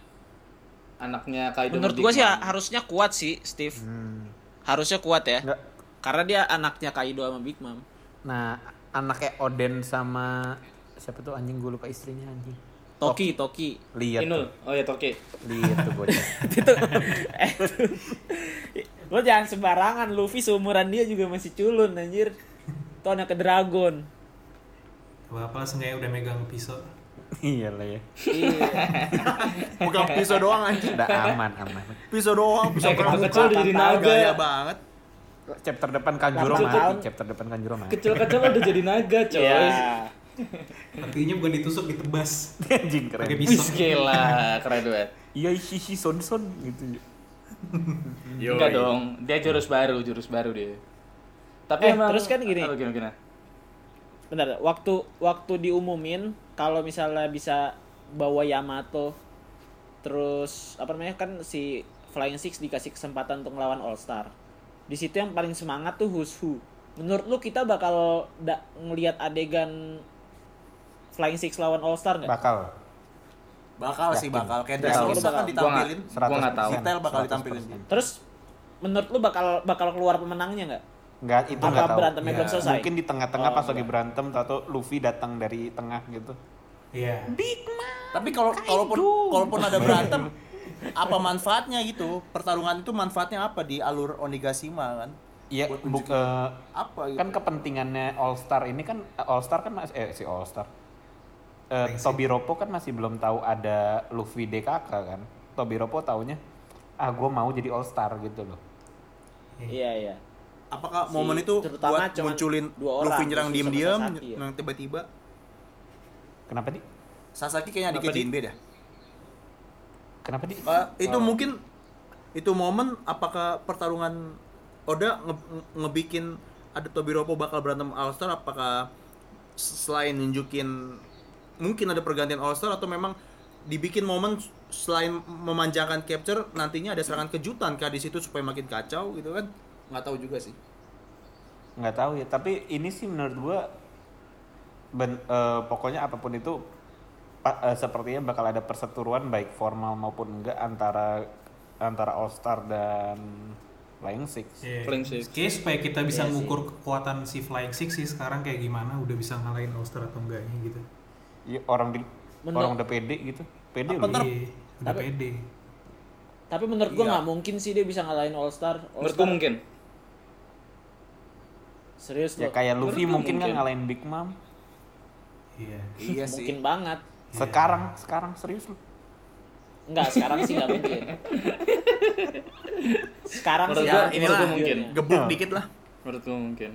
anaknya Kaido. menurut sama gua Big sih Mom. harusnya kuat sih, Steve. Hmm. Harusnya kuat ya. Enggak. Karena dia anaknya Kaido sama Big Mom. Nah, anaknya Oden sama siapa tuh anjing, gue lupa istrinya anjing. Toki, Toki. Lihat Inul. tuh. Oh ya Toki. Lihat tuh bocah. Itu eh lo jangan sembarangan, Luffy seumuran dia juga masih culun anjir. Itu anaknya Dragon. Apa-apa seenggaknya udah megang pisau. Iya lah ya. Iya. Bukan pisau doang anjing. Udah aman, aman. Pisau doang, pisau Eh, pramuka. kecil-kecil udah jadi naga. Gaya banget. Chapter depan Kanjuro delapan mati, tahun. chapter depan Kanjuro mati. Kecil-kecil udah jadi naga, coy. Iya. Kakinya bukan ditusuk, ditebas. Anjing keren. Pakai Wih, pisau. gila, keren banget. Iya, hihi son son gitu. Enggak dong, dia jurus baru, jurus baru dia. Tapi Eh, emang terus kan gini. Apa gimana, gimana? Bentar, waktu waktu diumumin kalau misalnya bisa bawa Yamato, terus apa namanya kan si Flying Six dikasih kesempatan untuk ngelawan All Star. Di situ yang paling semangat tuh Hushu. Menurut lu kita bakal da- ngelihat adegan Flying Six lawan All Star nggak? Bakal. Bakal sih Yakin. bakal. Kayak Yakin. Dressrosa kan Gua ditampilin. Gua nggak tahu. Detail bakal seratus ditampilin. persen. Terus menurut lu bakal bakal keluar pemenangnya nggak? Enggak, itu Apa enggak tahu. berantemnya belum Iya. selesai? Mungkin di tengah-tengah Oh, pas lagi enggak. berantem atau Luffy datang dari tengah gitu. Iya. Tapi kalau kalaupun kalaupun ada berantem, apa manfaatnya gitu? Pertarungan itu manfaatnya apa di alur Onigashima kan? Iya, Buat buk, nunjukin eh, apa gitu? kan kepentingannya All Star ini kan All Star kan masih eh si All Star. Eh, Tobiropo kan masih belum tahu ada Luffy D K K kan. Tobiropo taunya ah gue mau jadi All Star gitu loh. Iya iya. Apakah Si- momen itu terutama buat cuman munculin dua orang, Luffy nyerang Luffy sama diam-diam, Sasaki ya? yang tiba-tiba Kenapa di? Sasaki kayaknya adiknya Kenapa, Di? Jinbe dah. Kenapa di? Uh, itu mungkin itu momen apakah pertarungan Oda nge- nge- ngebikin ada Tobiropo bakal berantem All Star, apakah s- selain nunjukin mungkin ada pergantian All Star atau memang dibikin momen selain memanjakan capture nantinya ada serangan kejutan kah di situ supaya makin kacau gitu kan, nggak tahu juga sih. Nggak tahu ya, tapi ini sih menurut gua ben, eh, pokoknya apapun itu pa- eh, sepertinya bakal ada perseteruan baik formal maupun enggak antara antara All Star dan Flying Six. Iya. Flying Six. Kayaknya supaya kita bisa Iya sih. ngukur kekuatan si Flying Six sih sekarang kayak gimana, udah bisa ngalahin All Star atau enggaknya gitu. Ya, orang di Menur- orang udah pede gitu. Pede Apa loh. ntar- Iya, udah Tapi- pede. Tapi menurut gua Iya. nggak mungkin sih dia bisa ngalahin All Star. All Menurut Star gue mungkin. serius Ya loh. kayak Luffy Menurut gua mungkin kan mungkin. ngalahin Big Mom. Iya. Iya sih. Mungkin banget. Sekarang, sekarang serius lu. Enggak, sekarang sih nggak mungkin. Sekarang Menurut sih gua- ya, menurut inilah gua mungkin. gebuk dikit lah. Menurut gue mungkin.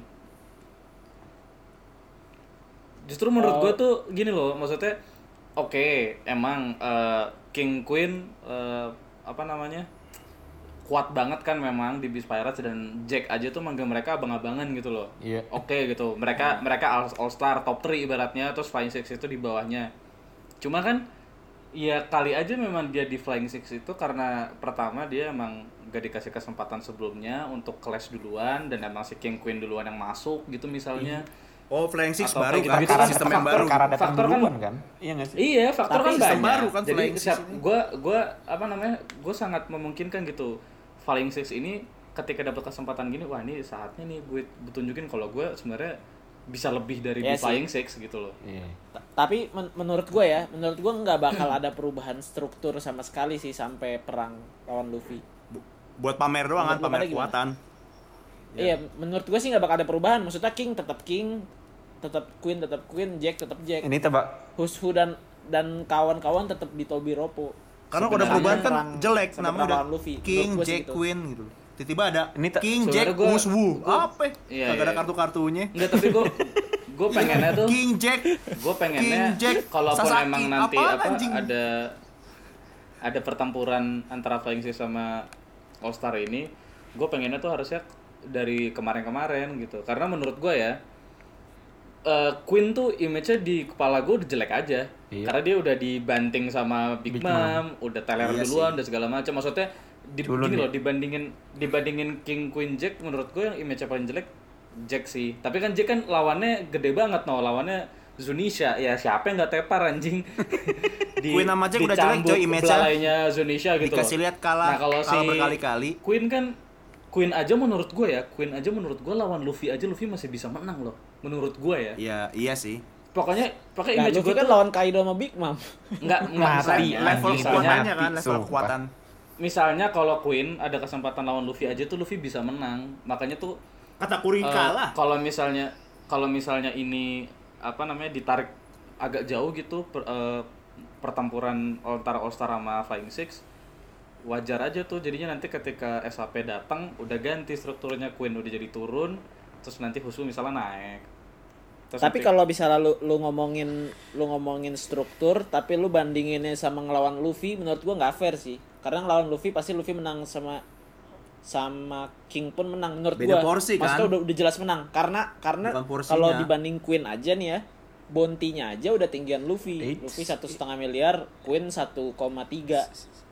Justru menurut Oh. gue tuh gini loh, maksudnya oke, emang eh, King Queen eh, apa namanya? Kuat banget kan memang di Beast Pirates, dan Jack aja tuh manggil mereka abang-abangan gitu loh. Iya. Oke gitu. Mereka mereka all, all star top tiga ibaratnya, terus Flying Six itu di bawahnya. Cuma kan ya kali aja memang dia di Flying Six itu karena pertama dia emang gak dikasih kesempatan sebelumnya untuk clash duluan, dan emang si King Queen duluan yang masuk gitu misalnya. Oh, Flying Six Atau baru kayak kan, gitu-gitu Karena kan, sistem yang faktor- baru. Karena datang faktor kan- duluan kan? Iya nggak sih? Iya, faktor Tapi kan sistem banyak. baru kan Jadi Flying Six siap, ini. gua gua apa namanya? Gua sangat memungkinkan gitu. Flying Six ini ketika dapat kesempatan gini, wah ini saatnya nih gue tunjukin kalau gue sebenarnya bisa lebih dari Iya di sih. Flying Six gitu loh. Iya. T- Tapi men- menurut gue ya, menurut gue nggak bakal ada perubahan struktur sama sekali sih sampai perang lawan Luffy. Buat pamer doang kan, Menurut lu pamer pada gimana? kekuatan. Iya, menurut gue sih nggak bakal ada perubahan. Maksudnya King tetap King, tetap Queen tetap Queen, Jack tetap Jack. Ini tebak Hushu dan dan kawan-kawan tetap di Tobi Roppo. Karena kalau udah Sebenarnya perubahan kan perang jelek, sampai namanya udah lawan Luffy. King, Menurut gua sih Jack, gitu. Queen gitu. Tiba-tiba ada Ini ta- King, sebenarnya Jack, gua- Wuswu. gua- Apa? Iya, Kagak ada iya. kartu-kartunya. Enggak, tapi gue gue pengennya tuh King, Jack, gue pengennya King Jack, kalaupun Sasaki, emang nanti apaan, apa anjing? ada ada pertempuran antara Flying Six sama All Star ini, gue pengennya tuh harusnya dari kemarin-kemarin gitu. Karena menurut gue ya, eh, Queen tuh image-nya di kepala gue udah jelek aja. Iya. Karena dia udah dibanting sama Big, Big Mom, udah teler Iya duluan dan segala macam. Maksudnya di, Culun gini ya? loh, dibandingin dibandingin King Queen Jack, menurut gue yang image-nya paling jelek Jack sih. Tapi kan Jack kan lawannya gede banget, no, lawannya Zunisha. Ya siapa yang nggak tepar anjing. Queen sama Jack udah jelek, dicambuk coy, image-nya. belalainya Zunisha gitu Dikasih loh. lihat kalah- nah, kalau kalah si berkali-kali. Queen kan Queen aja menurut gue ya, Queen aja menurut gue lawan Luffy aja Luffy masih bisa menang loh. Menurut gue ya. Iya, iya sih. Pokoknya pakai Nah, image Luffy gue kan tuh lawan Kaido sama Big Mom. enggak enggak Mati, misalnya, Level Anjing, misalnya, kekuatannya kan, level Sumpah. kekuatan. misalnya kalau Queen ada kesempatan lawan Luffy aja tuh Luffy bisa menang. Makanya tuh Kata Kuring eh, kalah. kalau misalnya kalau misalnya ini apa namanya ditarik agak jauh gitu per- eh, pertempuran antara All Star sama Flying Six, wajar aja tuh jadinya nanti ketika S H P datang udah ganti strukturnya, Queen udah jadi turun, terus nanti Hushu misalnya naik. Terus Tapi nanti- kalau misalnya lu, lu ngomongin lu ngomongin struktur, tapi lu bandinginnya sama ngelawan Luffy, menurut gua nggak fair sih. Karena ngelawan Luffy pasti Luffy menang sama sama King pun menang menurut Beda gua. porsi, Maksudnya kan? udah udah jelas menang. Karena karena Bukan porsinya. kalau dibanding Queen aja nih ya, bounty-nya aja udah tinggian Luffy. Eits. Luffy satu setengah miliar, Queen satu koma tiga.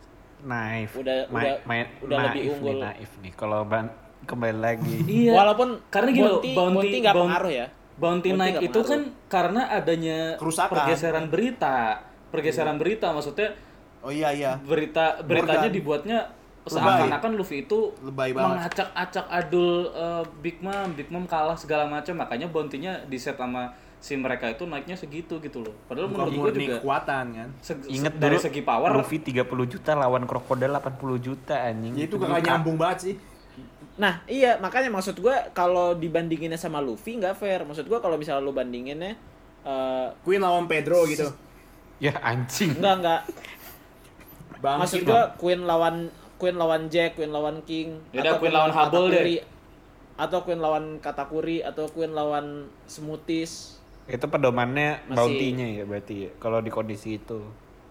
naif. Udah- Ma- udah- main, udah naif lebih unggul. Nih, naif nih. Kalau ban- kembali lagi. Iya. Walaupun karena gini loh, bounty, bounty bounty nggak bounty- pengaruh ya. Bounty Bounty naik nggak itu pengaruh. kan karena adanya Kerusakan. pergeseran berita, pergeseran berita maksudnya Oh iya iya. berita beritanya Morgan. dibuatnya Lebay. seakan-akan Luffy itu Lebay banget. mengacak-acak adul eh, Big Mom, Big Mom kalah segala macam, makanya bounty-nya di set sama si mereka itu naiknya segitu gitu loh. Padahal Bukan menurut gue murni juga kekuatan kan. se- Ingat dari dulu segi power Luffy tiga puluh juta lawan Krokodil delapan puluh juta anjing. Ya itu dulu kagak kan- nyambung banget sih. Nah iya makanya maksud gue kalau dibandinginnya sama Luffy nggak fair. Maksud gue kalau misalnya lu bandinginnya eh Queen lawan Pedro gitu. Ya anjing. enggak enggak. Bang Maksud gue Queen lawan Queen lawan Jack, Queen lawan King, Yaudah, Queen lawan Hubble Katakuri, atau Queen lawan Katakuri, atau Queen lawan Smoothies. Itu pedomannya Masih- bounty-nya ya berarti ya. Kalau di kondisi itu.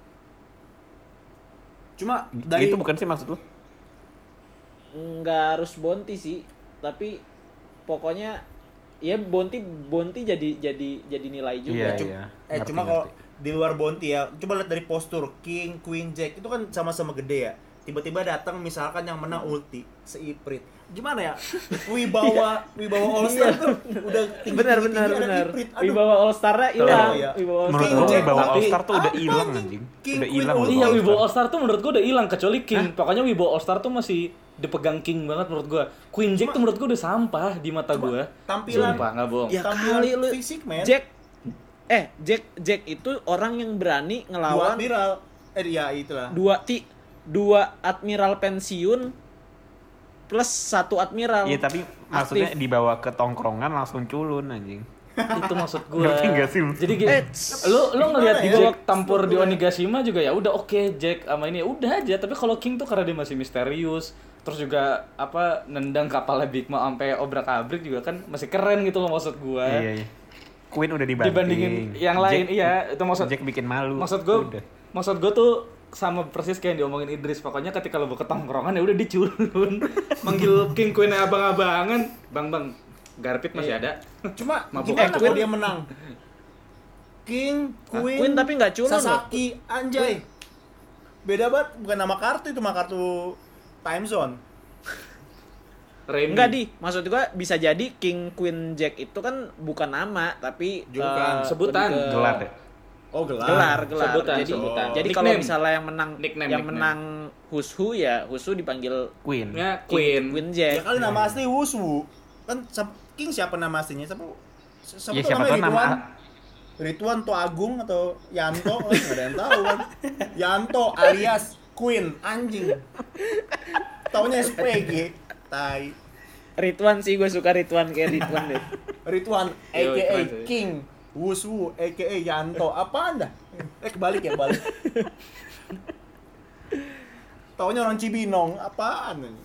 Cuma Dari... dari Itu bukan sih maksud lu? Nggak harus bounty sih, tapi pokoknya ya bounty bounty jadi jadi jadi nilai juga. Iya, Cum- iya. eh Ngerti, cuma kalau ngerti. di luar bounty ya, coba lihat dari postur King, Queen, Jack itu kan sama-sama gede ya. Tiba-tiba datang misalkan yang menang ulti, seiprit. Gimana ya? Wibawa Wibawa All Star tuh udah tinggi Benar benar benar. Wibawa All Star-nya hilang. Iya. Wibawa All Menurut Star. gua Jack, Wibawa tapi- All Star tuh udah Apa hilang anjing? anjing. King, Udah Queen, hilang. All iya, Wibawa All Wibawa Star. All Star tuh menurut gue udah hilang kecuali King. Pokoknya Wibawa All Star tuh masih dipegang King banget menurut gue. Queen Jack tuh menurut gue udah sampah di mata gue. tampilan- Sumpah, nggak bohong. Ya Tampilan kali lu fisik, men. Jack eh Jack Jack itu orang yang berani Dua ngelawan admiral. Eh ya itulah. dua ti dua admiral pensiun plus satu admiral. Iya tapi maksudnya dibawa ke tongkrongan langsung culun anjing. Itu maksud gue. Ngerti nggak sih? Jadi gini, Eh, lu lu ngelihat gimana ya? Jack tampur di Onigashima juga ya udah oke Jack sama ini ya udah aja, tapi kalau King tuh karena dia masih misterius, terus juga apa nendang kapalnya Big Mom sampai obrak-abrik juga kan masih keren gitu loh maksud gue. Iya, iya. Queen udah dibanting. Dibandingin yang lain Jack- iya, itu maksud Jack bikin malu. Maksud gue Udah. maksud gue tuh sama persis kayak yang diomongin Idris, pokoknya ketika lo ke tongkrongan ya udah diculun. Manggil King Queen abang-abangan, bang bang Garpit masih ada. Cuma Mabuk. gimana Eh, kalau Queen- dia menang? King, Queen, Queen tapi nggak culun loh. Sasaki, anjay. Beda banget, bukan nama kartu itu, mah kartu time zone. Remy. Enggak di, maksud gua bisa jadi King Queen Jack itu kan bukan nama tapi Julukan. eh, Sebutan. lebih ke- Gelar ya? Oh, gelar. gelar gelar Sebutan, jadi sebutan. jadi Nickname. kalau misalnya yang menang Nickname, yang nickname. menang Wushu ya Wushu dipanggil Queen. Ya, Queen Queen. Queen Ya Jack. kali nama asli Wushu. Kan siap- King siapa nama aslinya? Siapa? Siapa Ya tuh siapa namanya tahu nama Ridwan? Ridwan atau Agung atau Yanto, oh, nggak ada yang tahu kan. Yanto alias Queen, anjing. Taunya S P G, tai. Ridwan sih gue suka Ridwan kayak Ridwan deh. Ridwan Yo, aka keren sih. King, Wushu aka Yanto. Apaan dah? Eh kebalik ya, balik. Taunya orang Cibinong, apaan ini?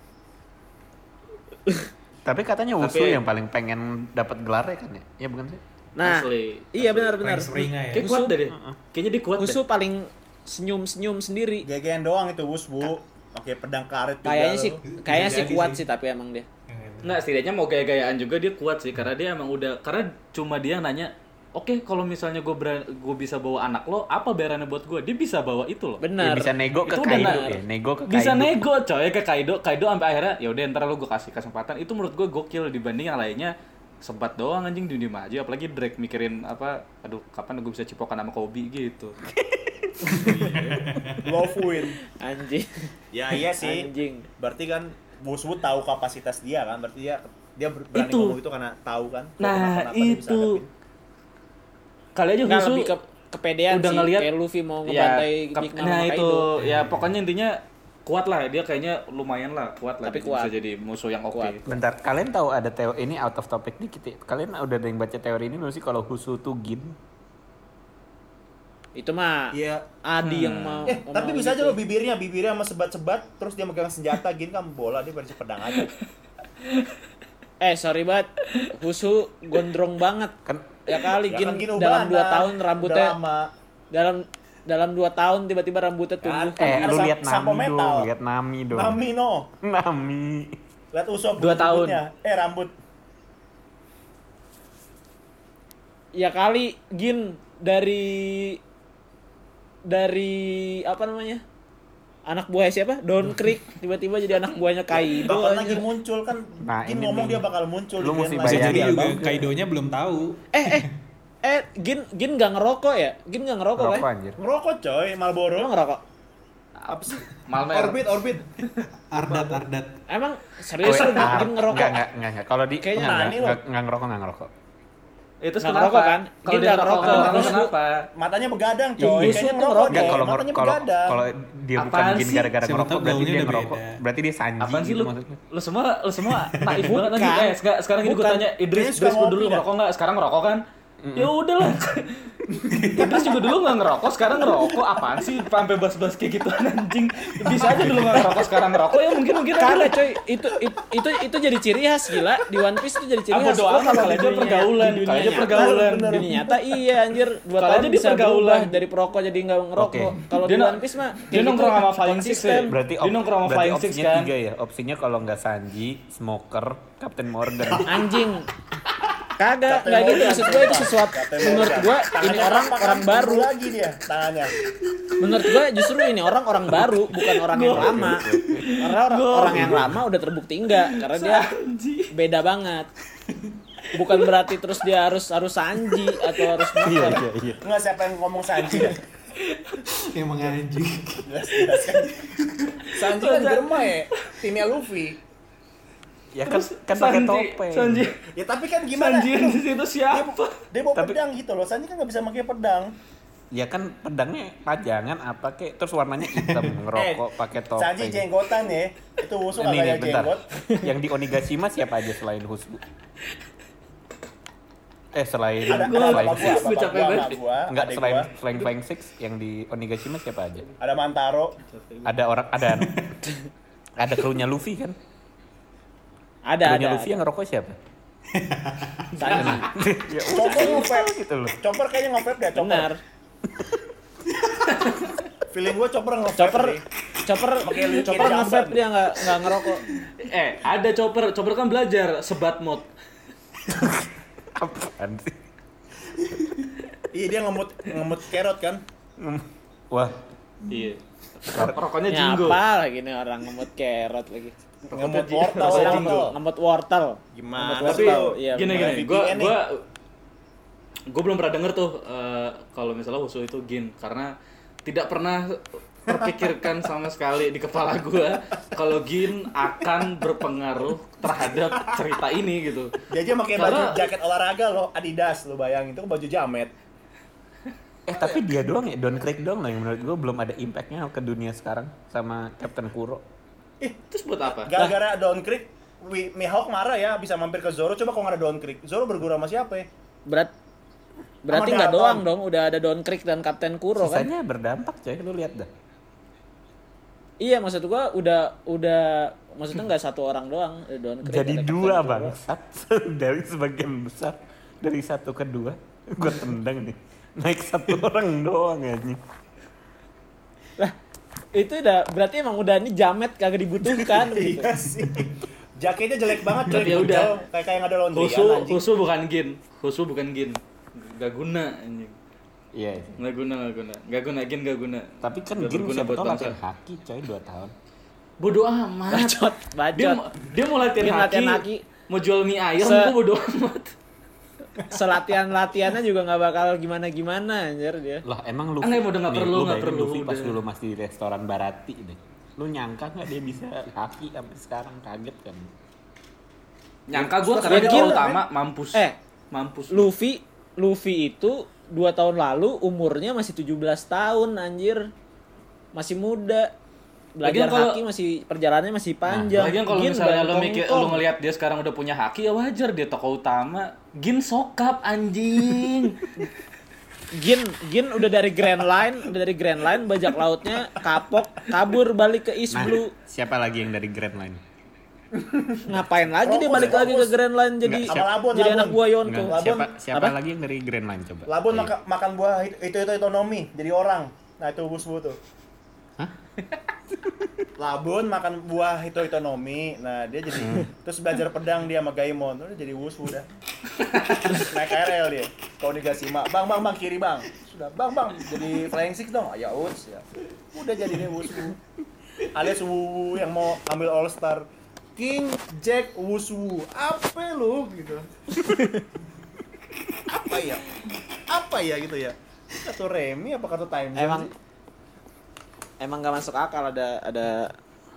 Tapi katanya Wushu Tapi- yang paling pengen dapat gelarnya kan ya? Ya bukan sih? Nah, Asli. iya Asli. benar-benar. Paling seringa ya. Kayak kuat deh dia. Kayaknya dia kuat Wushu deh. paling senyum-senyum sendiri. Gegean doang itu Wushu. Oke, pedang karet juga. Kayaknya sih lu. kayaknya Bisa sih jadi kuat sih. sih tapi emang dia. Nggak, setidaknya mau gaya-gayaan juga dia kuat sih, karena dia emang udah, karena cuma dia yang nanya, oke kalau misalnya gue gue bisa bawa anak lo, apa bayarannya buat gue? Dia bisa bawa itu loh. Ya Benar. bisa nego ke Itu udah Kaido benar. ya, nego ke Bisa Kaido. nego coy ke Kaido, Kaido sampai akhirnya ya udah ntar lo gue kasih kesempatan. Itu menurut gue gokil dibanding yang lainnya sebat doang anjing diem aja, apalagi Drake mikirin apa, aduh kapan gue bisa cipokan sama Kobe gitu. Love win. Anjing. Ya iya sih. Anjing. Berarti kan Wushu tahu kapasitas dia kan, berarti dia dia ber- berani Itu. ngomong itu karena tahu kan. kalau Nah kenapa-napa dia bisa itu hadapin. kali aja Enggak Husu lebih ke kepedean udah sih ngelihat kayak Luffy mau ya, ngebantai kap- Big Mom nah sama itu Kaido. ya pokoknya intinya kuat lah dia, kayaknya lumayan lah kuat lah, Tapi gitu, kuat. bisa jadi musuh yang oke. Kuat. Bentar, kalian tahu ada teori ini out of topic dikit ya? Kalian udah ada yang baca teori ini belum sih kalau Wushu tuh Gin? Itu mah Iya. Adi yang mau Eh, ngomong tapi bisa aja gitu. lo bibirnya, bibirnya sama sebat-sebat terus dia megang senjata gini kan bola dia versi pedang aja. Eh sorry banget, Wushu gondrong banget. Kan Ya kali Ya Gin kan Gin dalam ubanan, dua tahun udah rambutnya lama. dalam dalam dua tahun tiba-tiba rambutnya tumbuh. Kan eh ada lu sam- lihat sampo Nami metal. dong, lihat Nami dong. Nami no. Nami. Lihat Usopp Dua tahun. rambutnya. Eh rambut. Ya kali Gin dari dari apa namanya? Anak buah siapa? Don Creek tiba-tiba jadi anak buahnya Kaido. Bakal anjir. lagi muncul kan. Nah, Gin ini ngomong nih. dia bakal muncul Lu di mesti Grand Bisa Line. jadi bayangin. juga Bang. Kaidonya belum tahu. Eh eh eh Gin Gin nggak ngerokok ya? Gin nggak ngerokok Rokok kan? anjir. Ngerokok coy, Marlboro. Emang ngerokok? Apa sih? Malmer. Orbit, orbit. Ardat, Ardat. Emang serius Oh, lu ah, Gin ngerokok? Enggak, enggak, enggak, enggak. Kalau di Kayaknya enggak, aneh enggak, loh. enggak ngerokok, enggak ngerokok. Itu Nggak kenapa? ngerokok kan? Kalau Dia dia nggak ngerokok, ngerokok. ngerokok Terus- kenapa? Matanya begadang Iya, coy. Yusuf Kayaknya tuh ngerokok ngerokok. Enggak, deh. kalau Matanya kalau begadang. kalau dia bukan Apaan Gin sih? gara-gara Siapa ngerokok tahu berarti gaulnya dia udah ngerokok. beda. Berarti dia sanji Apaan sih gitu lu? maksudnya. Lu semua lu semua naif banget nanti. Bukan. Eh, sekarang sekarang ini gue Bukan. tanya Idris, Kayaknya suka Idris gue dulu ngopi dah. ngerokok enggak? Sekarang ngerokok kan? Ya udahlah. Idris juga dulu nggak ngerokok, sekarang ngerokok. Apaan sih sampai bas-bas kayak gitu anjing? Bisa aja dulu nggak ngerokok, sekarang ngerokok ya mungkin mungkin aja. Karena coy, itu, itu itu itu jadi ciri khas gila di One Piece itu jadi ciri Apa khas. doang Oh, kalau kali di aja dunia- pergaulan, di dunia kali aja nyata- pergaulan. Di dunia nyata iya anjir, dua Kali tahun aja dia bisa pergaulan. berubah dari perokok jadi nggak ngerokok. Oke. Kalau di Dia no- One Piece mah dia kayak nongkrong gitu, sama Flying Six konsisten. ya? Berarti Dia nongkrong sama berarti Flying Six opsinya kan? tiga ya. Opsinya kalau nggak Sanji, Smoker, Captain Morgan. Anjing. Kagak, Captain nggak gitu Morgan. maksud gue itu sesuatu. Captain Menurut Morgan. gue ini Tangannya orang apa, orang kan? baru. Lagi dia tangannya. Menurut gue justru ini orang orang baru bukan orang yang lama. Karena orang, orang yang lama udah terbukti enggak karena dia beda banget. Bukan berarti terus dia harus harus Sanji atau harus Iya, Smoker. iya, iya. Enggak siapa yang ngomong Sanji dah. Emang anjing. Jelas jelas kan. Sanji kan Germa ya, timnya Luffy. Ya kan kan pakai Sanji, topeng. Sanji, Ya tapi kan gimana? Sanji yang di situ siapa? Dia bawa Tapi- pedang gitu loh. Sanji kan nggak bisa pakai pedang. Ya kan pedangnya pajangan apa kek terus warnanya hitam ngerokok pakai topeng. Sanji jenggotan ya. Itu Wusu Ini nggak nih kayak bentar. jenggot. Yang di Onigashima siapa aja selain Husu? Eh selain Ada Gua- selain bapak gua, Six. Gua bapak capek gua, banget. emak gua, Enggak adik selain gua. selain Flying Six yang di Onigashima siapa aja? Ada Mantaro. Ada orang ada ada krunya Luffy kan? Ada, Krunya ada. Luffy yang ngerokok siapa? Sanji. Ya Chopper nge-vape gitu loh. Chopper kayaknya nge-vape deh, Chopper. Benar. Feeling gua Chopper nge-vape. Chopper deh. Chopper Pakai liquid Chopper jamban. nge-vape dia nggak nggak ngerokok. Eh, ada Chopper. Chopper kan belajar sebat mod. Apaan sih? Iya dia ngemut ngemut carrot kan. Wah, Iya. Rokoknya Ini Jinggo. apa lagi nih orang ngemut carrot lagi. Ngemut Jinggo. wortel Rokoknya orang Jinggo. tuh. Ngemut wortel. Gimana? Ngemut Tapi wortel. Iya. gini benar. gini, V P gua N nih. gua gua belum pernah denger tuh eh, kalau misalnya Husu itu Gin karena tidak pernah terpikirkan sama sekali di kepala gua kalau Gin akan berpengaruh terhadap cerita ini gitu. Dia aja pakai baju Karena- jaket olahraga loh, Adidas lo bayangin itu kan baju jamet. eh tapi dia doang ya, Don Krieg doang lah yang menurut gue belum ada impactnya ke dunia sekarang sama Captain Kuro. Terus buat apa? Gara-gara Dawn Creek, Wi- Mihawk marah ya bisa mampir ke Zoro. Coba kalau nggak ada Dawn Creek, Zoro berguru sama siapa ya? Berat Berarti Sama nggak Dalton. doang dong, udah ada Don Creek dan Kapten Kuro kan? Sisanya berdampak coy, lu lihat dah. Iya, maksud gua udah udah maksudnya nggak satu orang doang, ada Don Creek. Jadi ada dua Kapten Kuro. bangsat dari sebagian besar dari satu ke dua gue tendang nih naik satu orang doang anjing. Lah, itu udah berarti emang udah ini jamet kagak dibutuhkan gitu. Iya sih. Jaketnya jelek banget coy. Tapi ya udah. Kayak kayak nggak ada laundry Husu, anjing. Husu bukan Gin. Husu bukan Gin. Gak guna anjing. Iya. Gak guna, gak guna. Gak guna Gin, gak guna. Tapi kan Gak Gin berguna siapa buat tau bangsa. latihan haki coy dua tahun. Bodoh amat. Bacot, Dia bacot. mau- dia mau latihan Gin haki, latihan haki. mau jual mie ayam, Se- gua bodoh amat. Selatihan-latihannya juga nggak bakal gimana-gimana anjir dia. Lah emang lu Enggak, udah nggak nih, perlu, lu nggak bayangin perlu, Luffy pas udah. dulu masih di restoran Barati deh. Lu nyangka nggak dia bisa haki sampai sekarang, kaget kan? Nyangka gua Terus karena dia dia orang, utama mampus. Eh, mampus. Luffy Luffy itu dua tahun lalu umurnya masih tujuh belas tahun anjir. Masih muda. Belajar Lagian kalau- haki masih perjalanannya masih panjang. Lagian kalau Gin misalnya udah lo mikir kongkong. lo ngelihat dia sekarang udah punya haki ya wajar dia tokoh utama. Gin sokap anjing. Gin Gin udah dari Grand Line, udah dari Grand Line bajak lautnya kapok, kabur balik ke East Nah, Blue. siapa lagi yang dari Grand Line? Ngapain lagi dia Fokus, balik lagi ke fokus. Grand Line jadi Nggak, sama Labon, jadi Labon. anak buah Yonko. Enggak, Labon, siapa siapa apa? lagi yang dari Grand Line coba? Labon Ayo. maka, makan buah itu itu, itu ekonomi jadi orang. Nah itu Wusu tuh. Hah? Labon makan buah itu ekonomi. Nah dia jadi terus belajar pedang dia sama Gaimon. Udah jadi Wusu udah. Naik K R L dia. Kalau Nigashima, bang bang bang kiri bang. Sudah bang bang jadi flying six dong. Ya uts ya. Udah jadi dia Wusu. Alias Wu yang mau ambil All Star. King Jack Wusu. Apa lu gitu. Apa ya? Apa ya gitu ya? Kata Remy apa kata Time Zone Emang sih? emang gak masuk akal ada ada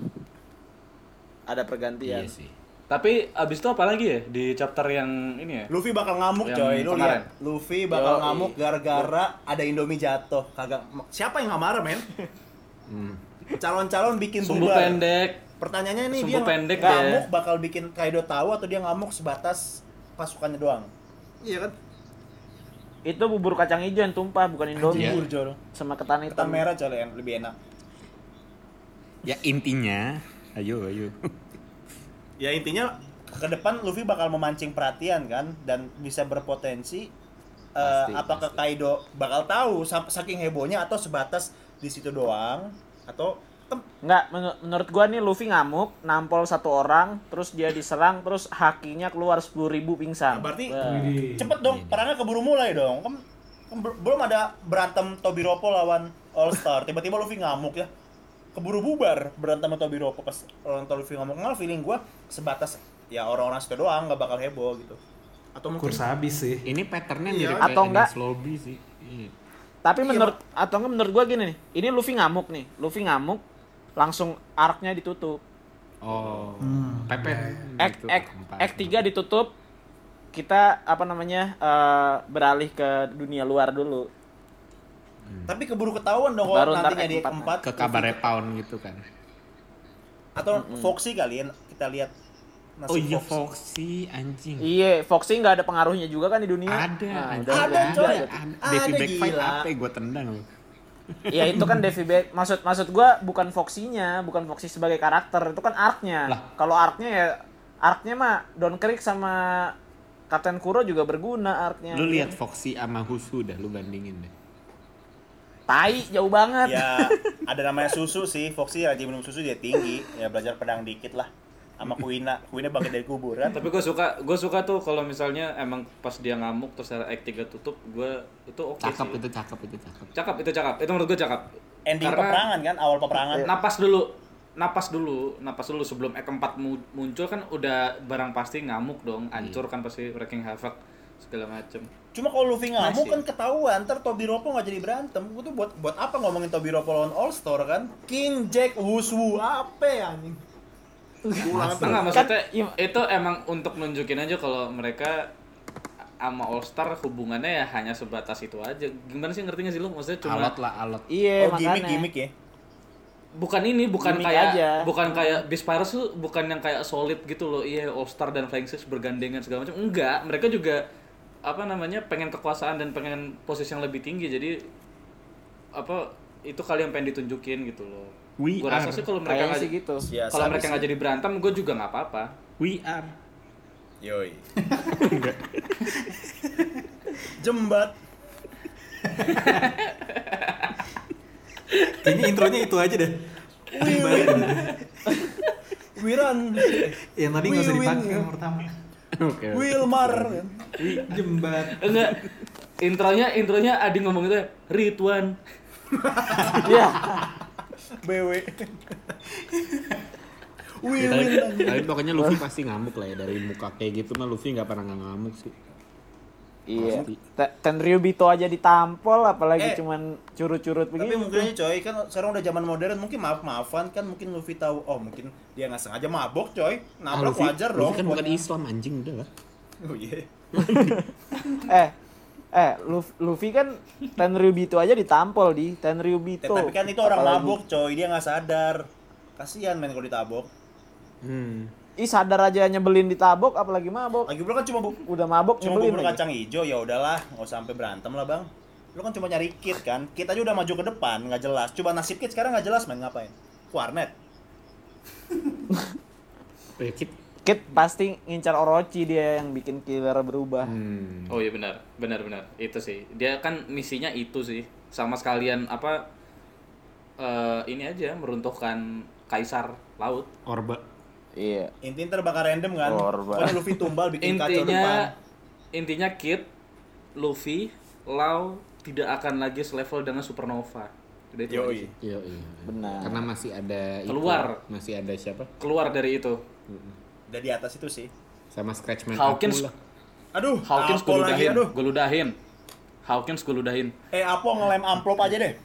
ada pergantian. Iya sih. Tapi abis itu apa lagi ya di chapter yang ini ya? Luffy bakal ngamuk Yang coy, lu kemarin. lihat. Luffy bakal Yoi. ngamuk gara-gara ada Indomie jatuh. Kagak siapa yang nggak marah, men? Hmm. Calon-calon bikin Sumbu bubar. pendek. Pertanyaannya nih Sumbu dia pendek ngamuk deh. bakal bikin Kaido tahu atau dia ngamuk sebatas pasukannya doang. Iya kan? Itu bubur kacang hijau yang tumpah bukan Indomie. Iya. Bubur Jor. Sama ketan hitam. Ketan merah coy yang lebih enak. Ya intinya, ayo ayo. Ya intinya ke depan Luffy bakal memancing perhatian kan dan bisa berpotensi eh, Pasti, apakah pasti. Kaido bakal tahu sam- saking hebohnya atau sebatas di situ doang atau tem- Enggak, menur- menurut gua nih Luffy ngamuk, nampol satu orang, terus dia diserang, terus hakinya keluar sepuluh ribu pingsan. Nah, berarti- Wah. Widih. cepet dong perangnya keburu mulai dong kan, kan ber- belum ada berantem Tobiropo lawan All Star tiba-tiba Luffy ngamuk ya keburu bubar berantem sama Tobiropo pas orang Luffy ngamuk ngal feeling gua sebatas ya orang-orang situ doang nggak bakal heboh gitu atau mungkin Kurs habis sih. Ini patternnya Iya. mirip Atau kayak enggak? Enies Lobby sih. Iya. Tapi Iya, menurut atau enggak menurut gua gini nih, ini Luffy ngamuk nih, Luffy ngamuk, langsung arc-nya ditutup. Oh, Hmm. pepet. Act Gitu, act keempat. act tiga ditutup. Kita apa namanya? eh, beralih ke dunia luar dulu. Tapi keburu ketahuan dong Baru kalau ntar nantinya act di empat. keempat Ke kabarnya Pound gitu kan. atau Foxy kali ya kita lihat nasib Oh iya Foxy. Foxy anjing. Iya, Foxy nggak ada pengaruhnya juga kan di dunia. Ada, Nah, ada, udah, Ada, udah, coy. udah. Ada, Davy Back Fight gila. apa gue tendang lu. Ya itu kan Davy Back. Maksud maksud gua bukan Foxy-nya, bukan Foxy sebagai karakter, itu kan arc-nya. Lah. Kalau arc-nya ya arc-nya mah Don Krieg sama Kapten Kuro juga berguna arc-nya. Lu lihat Foxy sama Husu dah, lu bandingin deh. Tai jauh banget. Ya ada namanya susu sih, Foxy rajin minum susu dia tinggi, ya belajar pedang dikit lah. Sama Kuina, Kuina bangkit dari kuburan. Tapi gue suka, gue suka tuh kalau misalnya emang pas dia ngamuk terus act tiga tutup, gue itu oke Cakep sih. itu, cakep itu, cakep. Cakep itu cakep. Itu menurut gue cakep. Ending Karena- peperangan kan, awal peperangan. Napas dulu, napas dulu, napas dulu sebelum act keempat mu- muncul kan udah barang pasti ngamuk dong, hancur kan pasti wreaking havoc segala macem. Cuma kalau Luffy ngamuk Masih. kan ketahuan, ntar Tobiropo nggak jadi berantem. Gue tuh buat buat apa ngomongin Tobiropo lawan All Star kan? King Jack Wushu apa ya anjing? Ulang terus. Enggak, maksudnya iya. itu emang untuk nunjukin aja kalau mereka sama All Star hubungannya ya hanya sebatas itu aja. Gimana sih, ngerti nggak sih lu? Maksudnya cuma Alot lah, alot. Iya, Oh makanya. gimmick-gimmick ya? bukan ini, bukan Gimmick kayak aja. bukan kayak Beast Pirates tuh bukan yang kayak solid gitu loh. Iya, All Star dan Flying Six bergandengan segala macam. Enggak, mereka juga apa namanya pengen kekuasaan dan pengen posisi yang lebih tinggi. Jadi apa itu kali yang pengen ditunjukin gitu loh. We Gue rasa are. sih kalau mereka Kayaknya nggak sih gitu. Ya, kalau sadis mereka nggak sih. jadi berantem, gue juga nggak apa-apa. We are. Yoi. Jembat. Kayaknya intronya itu aja deh. Wiran. Yang tadi nggak usah Win, dipakai win. yang pertama. Oke. Wilmar. Jembat. Enggak. Intronya intronya Adi ngomong itu Ridwan. Iya. B W. Ya, Win. tapi, tapi pokoknya Luffy pasti ngamuk lah ya, dari muka kayak gitu mah Luffy nggak pernah nggak ngamuk sih. Iya. Pasti. Te- Tenryubito aja ditampol, apalagi Eh, cuman curut-curut Tapi begini. mungkin aja coy, kan sekarang udah zaman modern, mungkin maaf-maafan kan, mungkin Luffy tahu, oh mungkin dia nggak sengaja mabok coy, Ah, nabrak Luffy, wajar dong. Luffy kan bukan buat- Islam anjing udah lah. Oh iya. Eh, eh, Luffy, Luffy kan Tenryubito aja ditampol di Tenryubito. Tapi kan itu orang Apalagi- mabok coy, dia nggak sadar. Kasihan main kalau ditabok. Hmm. Ih, sadar aja nyebelin ditabok, apalagi mabok. Lagi pula kan cuma bu Udah mabok cuma nyebelin bubur lagi. kacang hijau, ya udahlah, nggak usah sampai berantem lah bang. Lu kan cuma nyari kit kan, kit aja udah maju ke depan, nggak jelas. Coba nasib kit sekarang nggak jelas, main ngapain? Warnet. Oh ya Kit. Kid pasti ngincar Orochi, dia yang bikin killer berubah. Hmm. Oh iya benar, benar benar. Itu sih. Dia kan misinya itu sih. Sama sekalian apa eh ini aja meruntuhkan kaisar laut. Orba. Iya. Intinya terbakar random kan. Korban. Pokoknya Luffy tumbal bikin kacau depan. Intinya intinya Kid, Luffy, Lau tidak akan lagi selevel dengan Supernova. Udah itu aja Yoi. sih. Iya, iya. Benar. Karena masih ada itu, Keluar. masih ada siapa? Keluar dari itu. Udah di atas itu sih. Sama Scratchman Hawkins Aku lah. Aduh, Hawkins Apo gue lagi, ludahin, aduh. gue ludahin. Hawkins gue ludahin. Eh, Apo ngelem amplop aja deh.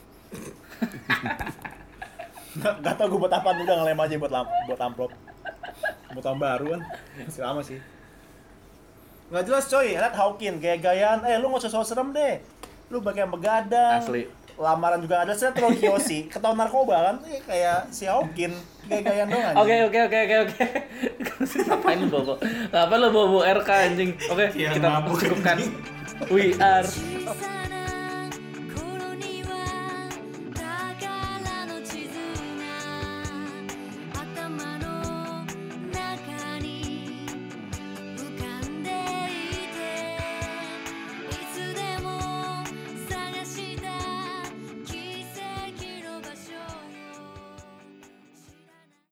Gak, gak tau gue buat apa, udah ngelem aja buat lamp, buat amplop. Buat tahun baru kan, masih lama sih. Gak jelas coy, liat Hawkins, gaya-gayaan, eh lu gak usah so serem deh. Lu bagian begadang. Asli. Lamaran juga ada, saya terlalu Kiyoshi, ketahuan narkoba kan, eh, kayak si Hawkins, gaya-gayaan doang anjing. Oke oke oke oke oke. Ngapain lu bobo? Ngapain lu bobo R K anjing? Oke, Yang kita mabuk, cukupkan. anjing. We are